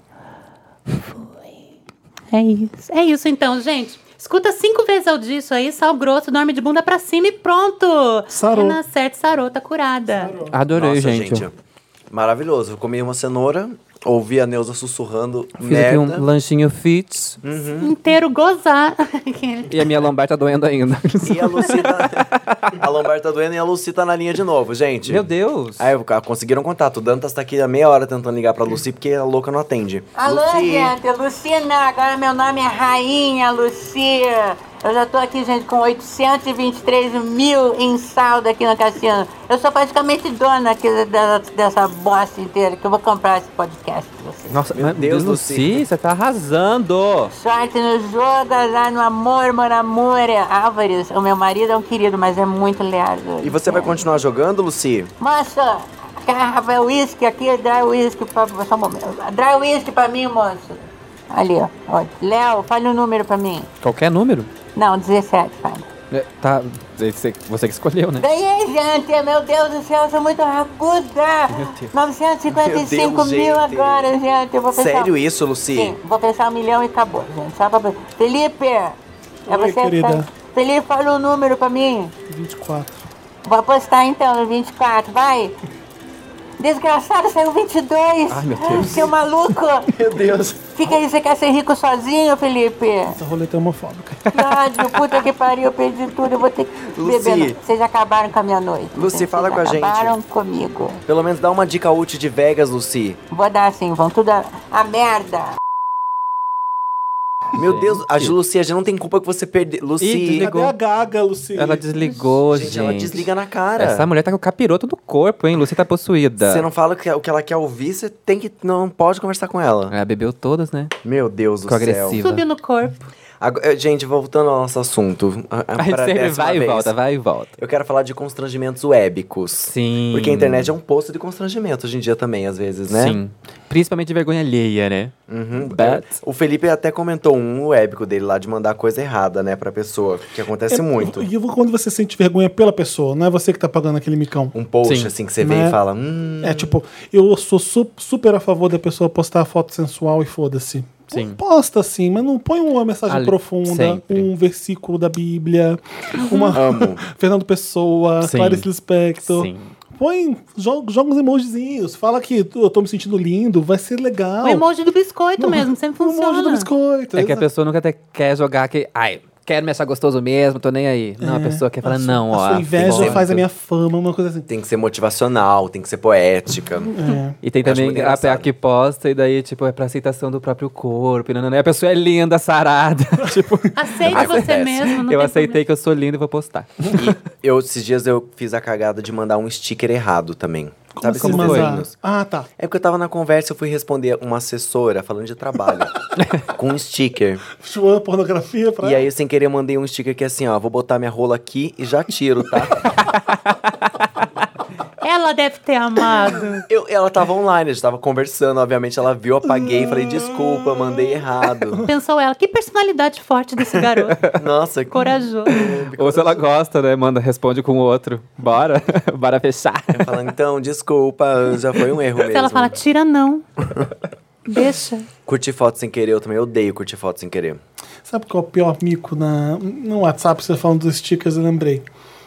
Foi. É isso. É isso então, gente. Escuta cinco vezes ao dia isso aí, sal grosso, dorme de bunda pra cima e pronto. Sarou. É na certa, sarou, tá curada. Adorei, Nossa, gente. Maravilhoso. Eu comi uma cenoura, ouvi a Neuza sussurrando Fiz merda. aqui um lanchinho fits Inteiro gozar. e a minha lombar tá doendo ainda. E a Lucy tá... A lombar tá doendo e a Lucy tá na linha de novo, gente. Meu Deus. Aí ah, conseguiram contato. O Dantas tá aqui há meia hora tentando ligar pra Lucy porque a louca não atende. Alô, Lucy. gente, Lucina, agora meu nome é Rainha Lucia. Eu já tô aqui, gente, com oitocentos e vinte e três mil em saldo aqui no cassino. Eu sou praticamente dona aqui dessa, dessa bosta inteira, que eu vou comprar esse podcast de vocês. Nossa, Meu meu Deus, Deus, Lucy, você tá arrasando. Sorte no jogo, azar no amor, mon amor. Álvares, o meu marido é um querido, mas é muito leal. E você vai continuar jogando, Lucy? Moço, garrafa, é uísque aqui, dry uísque, pra, só um momento. Dry uísque pra mim, moço. Ali, ó. ó. Léo, fale um número pra mim. Qualquer número? Não, dezessete, fale. É, Tá, você você que escolheu, né? Ganhei, gente, meu Deus do céu, eu sou muito rabuda. novecentos e cinquenta e cinco Meu Deus, mil gente. agora, gente. Eu vou pensar... Sério isso, Lucy? Sim, vou pensar um milhão e acabou, gente. Só pra... Felipe, é Oi, você que querida. tá... Felipe, fala um número pra mim. vinte e quatro. Vou apostar então no vinte e quatro, vai. Desgraçado, saiu vinte e dois. Ai, meu Deus. Seu maluco. Meu Deus. Fica aí, você quer ser rico sozinho, Felipe? Essa roleta é homofóbica. Que ódio, puta que pariu, eu perdi tudo, eu vou ter que Lucy. beber. Vocês acabaram com a minha noite. Lucy, Vocês fala com a gente. acabaram comigo. Pelo menos dá uma dica útil de Vegas, Lucy. Vou dar sim, vão tudo a, a merda. Meu Deus, a Lucy, a gente não tem culpa que você perdeu. Ih, Lucy, desligou. Cadê a Gaga, Lucy? Ela desligou, gente. gente, ela desliga na cara. Essa mulher tá com o capiroto do corpo, hein? Lucy tá possuída. Você não fala o que- o que ela quer ouvir, você tem que. Não pode conversar com ela. Ela bebeu todas, né? Meu Deus do Ficou céu. agressiva. Subiu no corpo. Agora, gente, voltando ao nosso assunto. a- a- A gente pra sempre décima vai e vez, volta, vai e volta. Eu quero falar de constrangimentos webicos. Sim. Porque a internet é um poço de constrangimento hoje em dia também, às vezes, né? Sim. Principalmente de vergonha alheia, né? Uhum. But- O Felipe até comentou um wébico dele lá de mandar coisa errada, né, pra pessoa. Que acontece muito. E quando você sente vergonha pela pessoa, não é você que tá pagando aquele micão. Um post, Sim. assim, que você vê Né? e fala, hum... É tipo, eu sou su- super a favor da pessoa postar foto sensual e foda-se. Sim. Posta sim, mas não põe uma mensagem Ali- profunda, sempre. um versículo da Bíblia, uma Amo. Fernando Pessoa, Sim. Clarice Lispector. Sim. Põe, joga, joga uns emojizinhos, fala que eu tô me sentindo lindo, vai ser legal. O emoji do biscoito mesmo, sempre O funciona. emoji do biscoito. É que a exa- pessoa nunca até quer jogar que. Ai, quero me achar gostoso mesmo, tô nem aí. Não, a pessoa quer falar, a sua- não, ó. A sua inveja foto. faz a minha fama, uma coisa assim. Tem que ser motivacional, tem que ser poética. É. E tem Eu acho também muito a engraçado. P A que posta, e daí, tipo, é pra aceitação do próprio corpo. E, não, não, não, e a pessoa é linda, sarada. tipo, Aceite Ai, você acontece. mesmo. Não eu tem aceitei problema. que eu sou linda e vou postar. E eu, esses dias eu fiz a cagada de mandar um sticker errado também. Como Sabe assim, esses mandar? desenhos? Ah, tá. É porque eu tava na conversa, eu fui responder uma assessora falando de trabalho. com um sticker. Chuan pornografia pra E aí, sem querer, eu mandei um sticker que é assim, ó, vou botar minha rola aqui e já tiro, tá? Ela deve ter amado. Eu, ela tava online, a gente tava conversando, obviamente ela viu, eu apaguei, falei, desculpa, mandei errado. Pensou ela, que personalidade forte desse garoto. Nossa, que... Corajoso. Ou se ela gosta, né? Manda, responde com o outro. Bora, bora fechar. Falando, então, desculpa, já foi um erro mesmo. Se ela fala, tira não. Deixa. Curtir foto sem querer, eu também odeio curtir foto sem querer. Sabe qual é o pior mico na, no WhatsApp? Você falando dos stickers, eu lembrei.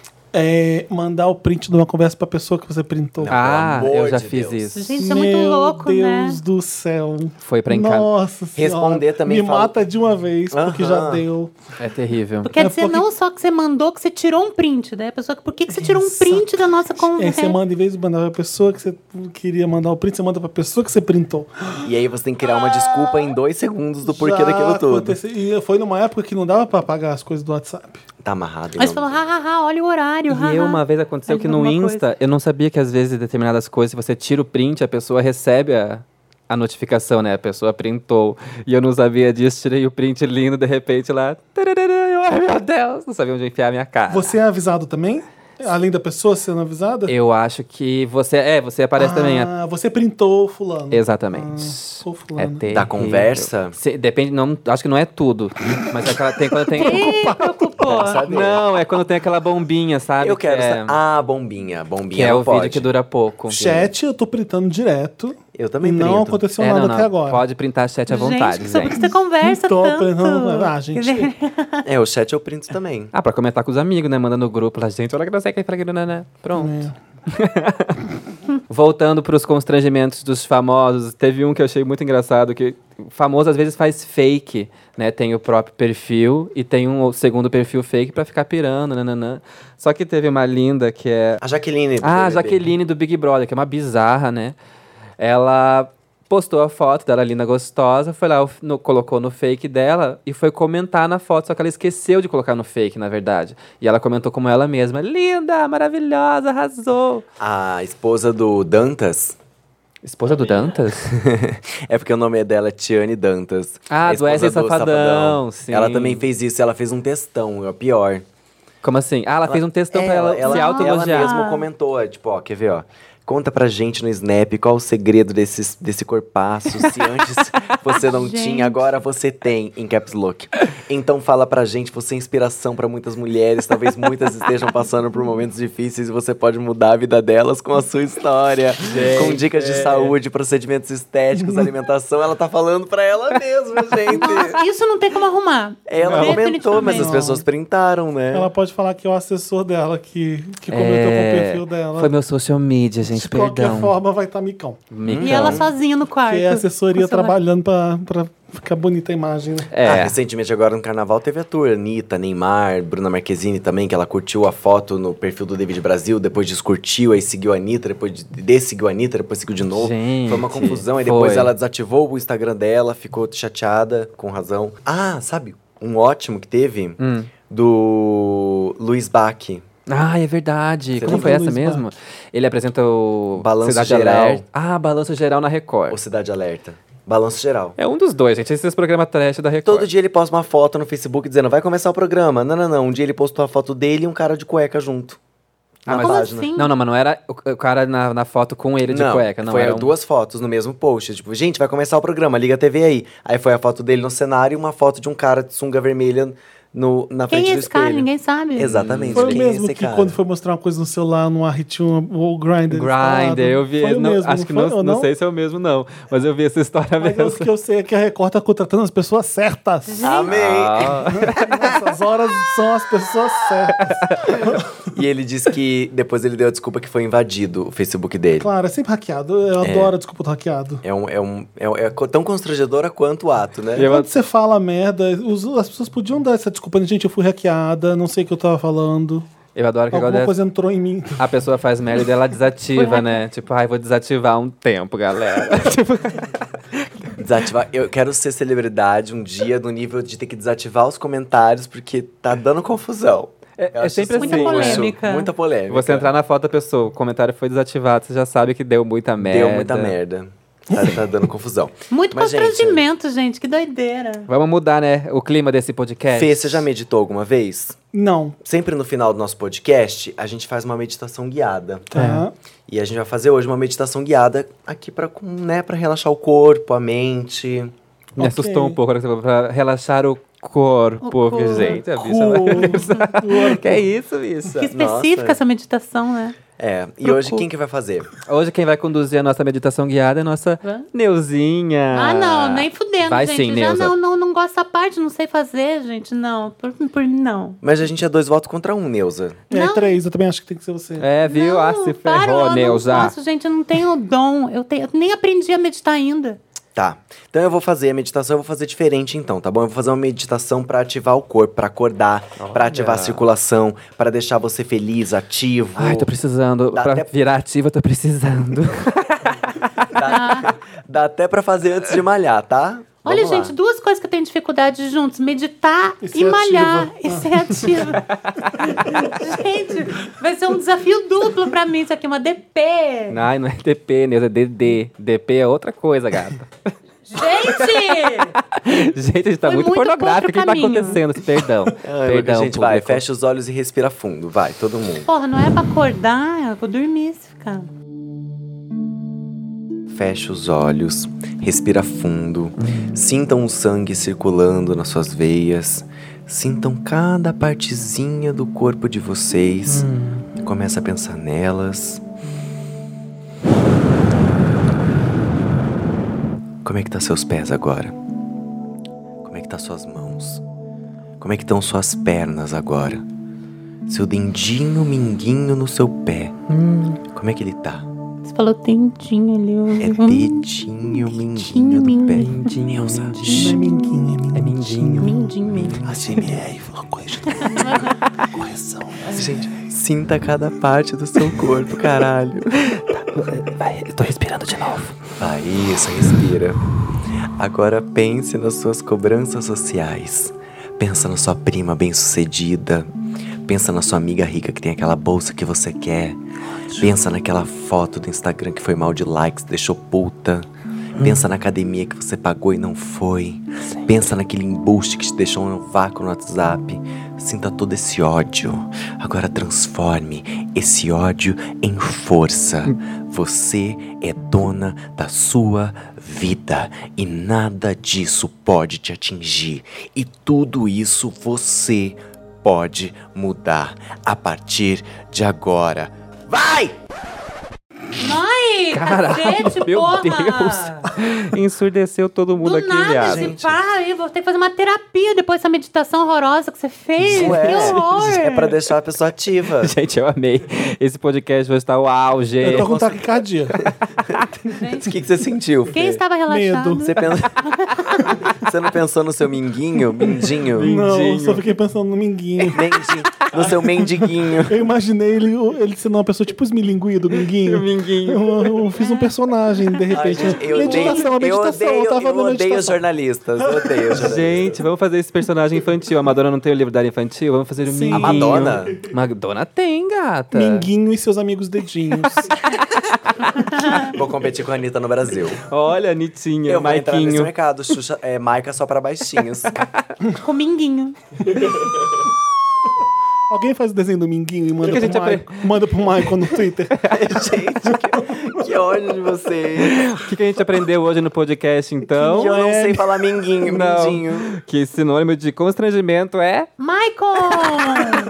É mandar o print de uma conversa pra pessoa que você printou. Ah, amor eu já de fiz Deus. isso. Gente, isso é muito Meu louco, Deus né? do céu. Foi pra encarar. Nossa senhora. Responder também Me fala- mata de uma vez, porque já Aham. deu. É terrível. Quer É dizer, porque- não só que você mandou, que você tirou um print, né? A pessoa, por que, que você tirou um print da nossa E aí conversa? você manda, em vez de mandar pra pessoa que você queria mandar o print, você manda pra pessoa que você printou. E aí você tem que criar uma desculpa em dois segundos do porquê Já daquilo tudo. aconteceu- E foi numa época que não dava pra apagar as coisas do WhatsApp. Tá amarrado. Aí você não. falou, hahaha, olha o horário, haha. E eu, uma vez aconteceu Aí que no alguma Insta, coisa. eu não sabia que às vezes determinadas coisas, se você tira o print, a pessoa recebe a, a notificação, né? A pessoa printou. E eu não sabia disso, tirei o print lindo, de repente lá. tararara, eu, Ai, meu Deus! Não sabia onde enfiar a minha cara. Você é avisado também? Além da pessoa sendo avisada? Eu acho que você. É, você aparece também. é- Ah, você printou fulano. Exatamente. sou É fulano. terrível. Da conversa? Se- depende, não, acho que não é tudo. Mas é aquela, tem quando tem. Ih, preocupou. Sabe? Não, é quando tem aquela bombinha, sabe? Eu quero que é, sa- Ah, bombinha. Bombinha que é não o pode. vídeo que dura pouco. Chat, eu tô printando direto. Eu também e não printo. aconteceu É, nada não, não. até agora. Pode printar chat à vontade, gente, sobre o gente. que você conversa Tô tanto. printando- Ah, gente. Quer dizer, É, o chat eu printo também. Ah, pra comentar com os amigos, né? Manda no grupo lá, gente, olha que não sei o que, fala que não, né? Pronto. É. Voltando pros constrangimentos dos famosos, teve um que eu achei muito engraçado, que o famoso às vezes faz fake, né? Tem o próprio perfil e tem um segundo perfil fake pra ficar pirando, nananã. Só que teve uma linda que é... A Jaqueline. do Ah, a B B B. Jaqueline do Big Brother, que é uma bizarra, né? Ela postou a foto dela linda, gostosa, foi lá, no- colocou no fake dela e foi comentar na foto, só que ela esqueceu de colocar no fake, na verdade. E ela comentou como ela mesma, linda, maravilhosa, arrasou. A esposa do Dantas. Esposa do Dantas? É porque o nome dela é Tiane Dantas. Ah, A do esposa Wesley Safadão, sim. Ela também fez isso, ela fez um textão, é o pior. Como assim? Ah, ela fez um textão pra ela, se ela, ela autoelogiar. mesma comentou, é, tipo, ó, quer ver, ó. Conta pra gente no Snap qual o segredo desse, desse corpaço. Se antes você não Gente. tinha, agora você tem, em Caps Lock. Então fala pra gente, você é inspiração pra muitas mulheres. Talvez muitas estejam passando por momentos difíceis e você pode mudar a vida delas com a sua história. Com dicas de saúde, procedimentos estéticos, alimentação. Ela tá falando pra ela mesma, gente. Nossa, isso não tem como arrumar. Ela comentou, mas as Não. pessoas printaram, né? Ela pode falar que é o assessor dela que, que comentou com o perfil dela. Foi meu social media, gente, De qualquer perdão. forma, vai estar micão. Micão. E ela sozinha no quarto. Que é a assessoria Com o celular. trabalhando pra, pra ficar bonita a imagem, né? É. Ah, recentemente agora no carnaval teve a tour, Anitta, Neymar, Bruna Marquezine também, que ela curtiu a foto no perfil do David Brasil, depois descurtiu, aí seguiu a Anitta, depois de- desseguiu a Anitta, depois seguiu de novo. Gente, foi uma confusão, aí depois foi. ela desativou o Instagram dela, ficou chateada, com razão. Ah, sabe, um ótimo que teve Hum. do Luiz Bach. Ah, é verdade. Você Como lembra foi do essa Luiz mesmo? Ele apresenta o Balanço Cidade Geral. Alerta. Ah, Balanço Geral na Record. Ou Cidade Alerta. Balanço geral. É um dos dois, gente. Esses programas trash da Record. Todo dia ele posta uma foto no Facebook dizendo, vai começar o programa. Não, não, não. Um dia ele postou a foto dele e um cara de cueca junto. Ah, na mas- página. Como assim? Não, não, mas não era o o cara na, na foto com ele de não, cueca. Não, foi era um... duas fotos no mesmo post. Tipo, gente, vai começar o programa, liga a T V aí. Aí foi a foto dele no cenário e uma foto de um cara de sunga vermelha no, na Quem frente é do esse cara? espelho. Ninguém sabe. Exatamente. Foi o Quem é mesmo esse que cara? quando foi mostrar uma coisa no celular, no R T um, o Grindr. Grinder, eu vi. Foi o não, mesmo, acho não que foi, não, ou não sei se é o mesmo, não. Mas eu vi essa história Mas mesmo. o que eu sei é que a Record tá contratando as pessoas certas. Amém. Ah, Nessas horas são as pessoas certas. E ele disse que depois ele deu a desculpa que foi invadido o Facebook dele. Claro, é sempre hackeado. Eu adoro a desculpa do hackeado. É, um, é, um, é, é co- tão constrangedora quanto o ato, né? Eu- Quando você fala merda, os- as pessoas podiam dar essa desculpa. Gente, eu fui hackeada, não sei o que eu tava falando. eu adoro que Alguma agora coisa entrou em mim. a pessoa faz merda e ela desativa, né? Tipo, ai, vou desativar um tempo, galera. Tipo, Desativar. Eu quero ser celebridade um dia no nível de ter que desativar os comentários porque tá dando confusão. É- Eu é acho sempre isso assim. muito- Muita polêmica. Muita polêmica. você entrar na foto da pessoa, o comentário foi desativado, você já sabe que deu muita merda. Deu muita merda. Tá, tá dando confusão. Muito Mas, gente, constrangimento, gente. Que doideira. Vamos mudar, né, o clima desse podcast. Fê, você já meditou alguma vez? Não. Sempre no final do nosso podcast, a gente faz uma meditação guiada. Tá. E a gente vai fazer hoje uma meditação guiada aqui pra, com, né, pra relaxar o corpo, a mente. Me Ok. assustou um pouco na hora que você falou, pra relaxar o corpo, O corpo. porque, gente, a bicha Corpo. vai... Que é isso, bicha? Que específica Nossa. essa meditação, né? É, e Pro hoje corpo. quem que vai fazer? Hoje quem vai conduzir a nossa meditação guiada é a nossa Hã? Neuzinha. Ah, não, nem fudendo, Vai gente. sim, Já Neuza. não, não, não gosto dessa parte, não sei fazer, gente. Não, por, por não. Mas a gente é dois votos contra um, Neuza. É, Não. três, eu também acho que tem que ser você. É, viu? Não, ah, se para, ferrou, eu Neuza. não posso, gente, eu não tenho dom. Eu, tenho, eu nem aprendi a meditar ainda. Tá. Então eu vou fazer a meditação, eu vou fazer diferente então, tá bom? Eu vou fazer uma meditação pra ativar o corpo, pra acordar, pra ativar a circulação, pra deixar você feliz, ativo. Ai, tô precisando. Dá pra até- virar ativa, eu tô precisando. Dá, dá até pra fazer antes de malhar, tá? Olha, Vamos lá. gente, duas coisas que eu tenho dificuldade juntos: meditar E e, ser malhar. ativa. E ser ativa. Gente, vai ser um desafio duplo pra mim. Isso aqui é uma D P. Ai, não é D P, Neuza, é D D. D P é outra coisa, gata. Gente! Gente, a gente tá Foi muito, muito pornográfico. O que contra o tá caminho. acontecendo? Perdão. Ai, Perdão, gente, vai, público. fecha os olhos e respira fundo. Vai, todo mundo. Porra, não é pra acordar? Eu vou dormir se ficar. Fecha os olhos, respira fundo. Sintam o sangue circulando nas suas veias. Sintam cada partezinha do corpo de vocês. Começa a pensar nelas. Como é que tá seus pés agora? Como é que tá suas mãos? Como é que estão suas pernas agora? Seu dedinho minguinho no seu pé. Como é que ele tá? Você falou dentinho ali. eu- É dedinho minguinho do pé. Mindinho, Neuza, Não é shh. minguinha, é É mindinho. Mindinho mesmo. A C M R falou coisa. Correção. Gente, sinta cada parte do seu corpo, caralho. Vai, eu tô respirando de novo. Vai, isso, respira. Agora pense nas suas cobranças sociais. Pensa na sua prima bem-sucedida. Pensa na sua amiga rica que tem aquela bolsa que você quer. Pensa naquela foto do Instagram que foi mal de likes, deixou puta. Pensa na academia que você pagou e não foi. Pensa naquele embuste que te deixou um vácuo no WhatsApp. Sinta todo esse ódio. Agora transforme esse ódio em força. Você é dona da sua vida e nada disso pode te atingir. E tudo isso você pode mudar a partir de agora. Vai! Ai, Caralho, cacete, meu porra! Deus. Ensurdeceu todo mundo Do aqui, nada, viado. esse pá, eu vou ter que fazer uma terapia depois dessa meditação horrorosa que você fez. Ué, que horror! é pra deixar a pessoa ativa. Gente, eu amei. Esse podcast vai estar o auge. Eu tô com taquicardia. O que, que você sentiu, Fê? Quem estava relaxado? Medo. Você, pensa... você não pensou no seu minguinho? Mindinho? Não, eu só fiquei pensando no minguinho. Mendinho. No seu mendiguinho. Eu imaginei ele, ele sendo uma pessoa tipo os milinguinho do minguinho. Minguinho. Eu, eu fiz um personagem, de Ai, repente. gente, eu meditação, odeio, eu meditação. odeio, tava eu na odeio meditação. jornalistas. Eu odeio jornalistas. Gente, vamos fazer esse personagem infantil. A Madonna não tem o livro da área infantil? Vamos fazer o Sim. Minguinho. A Madonna? Madonna tem, gata. Minguinho e seus amigos dedinhos. Vou competir com a Anitta no Brasil. Olha, Anitinha, Eu vou entrar nesse Maiquinho. mercado. Xuxa, é, Maica só pra baixinhos. Com minguinho. Alguém faz o desenho do minguinho e manda, que a gente pro, apre- Mai- manda pro Michael no Twitter. Gente, que, que ódio de vocês. O que, que a gente aprendeu hoje no podcast, então? Que eu não é- sei falar minguinho, Não. mindinho. Que sinônimo de constrangimento é... Michael!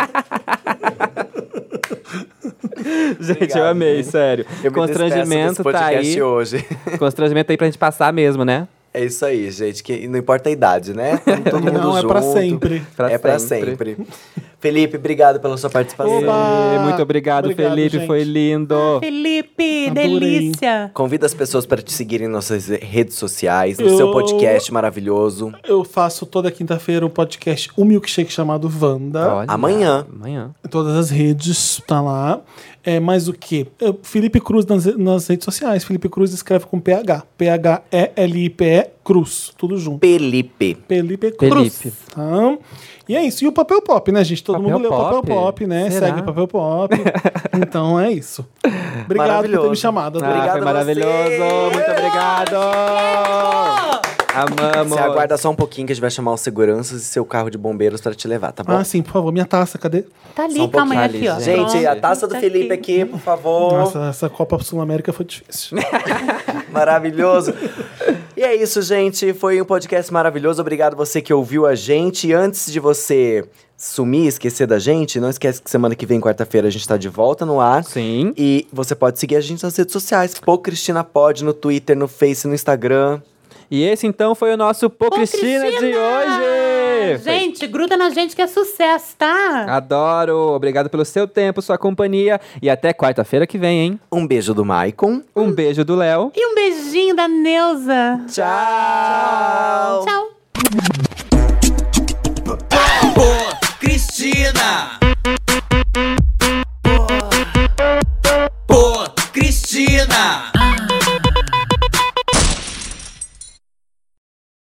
Gente, Obrigado, eu amei, gente. sério. Eu me Constrangimento despeço desse tá podcast aí. hoje. Constrangimento tá aí pra gente passar mesmo, né? É isso aí, gente. Que não importa a idade, né? Todo mundo Não, é junto. pra sempre. Pra é pra sempre. sempre. Felipe, obrigado pela sua participação. Oba! E muito obrigado, Obrigado, Felipe. gente. Foi lindo. Felipe, Adorei. delícia. Convida as pessoas para te seguirem nas nossas redes sociais, no Eu- seu podcast maravilhoso. Eu faço toda quinta-feira o podcast Um Milkshake chamado Wanda. Olha, Amanhã. Amanhã. Em todas as redes, tá lá. É, mais o quê? É, Felipe Cruz nas, nas redes sociais. Felipe Cruz escreve com P H. P H E L I P E Cruz. Tudo junto. Felipe. Felipe Cruz. Felipe. Tá? E é isso. E o Papel Pop, né, gente? Todo Papel mundo lê o Papel Pop? Pop, né? Será? Segue o Papel Pop. Então é isso. Obrigado por ter Maravilhoso. me chamado. Ah, Obrigado foi a maravilhoso. você. Muito obrigado. Amamos. Você aguarda só um pouquinho que a gente vai chamar os seguranças e seu carro de bombeiros para te levar, tá bom? Ah, sim, por favor. Minha taça, cadê? Tá ali, Só um calma aí, pouquinho. aqui, ó. Gente, Pronto. a taça do Tá Felipe aqui, por favor. Nossa, essa Copa Sul-América foi difícil. Maravilhoso. E é isso, gente. Foi um podcast maravilhoso. Obrigado você que ouviu a gente. E antes de você sumir, esquecer da gente, não esquece que semana que vem, quarta-feira, a gente tá de volta no ar. Sim. E você pode seguir a gente nas redes sociais. Pô, Cristina Pod, no Twitter, no Face, no Instagram. E esse, então, foi o nosso Pô, Ô, Cristina, de Cristina! hoje. Gente, gruda na gente que é sucesso, tá? Adoro. Obrigado pelo seu tempo, sua companhia. E até quarta-feira que vem, hein? Um beijo do Maicon. Um beijo do Léo. E um beijinho da Neuza. Tchau! Tchau.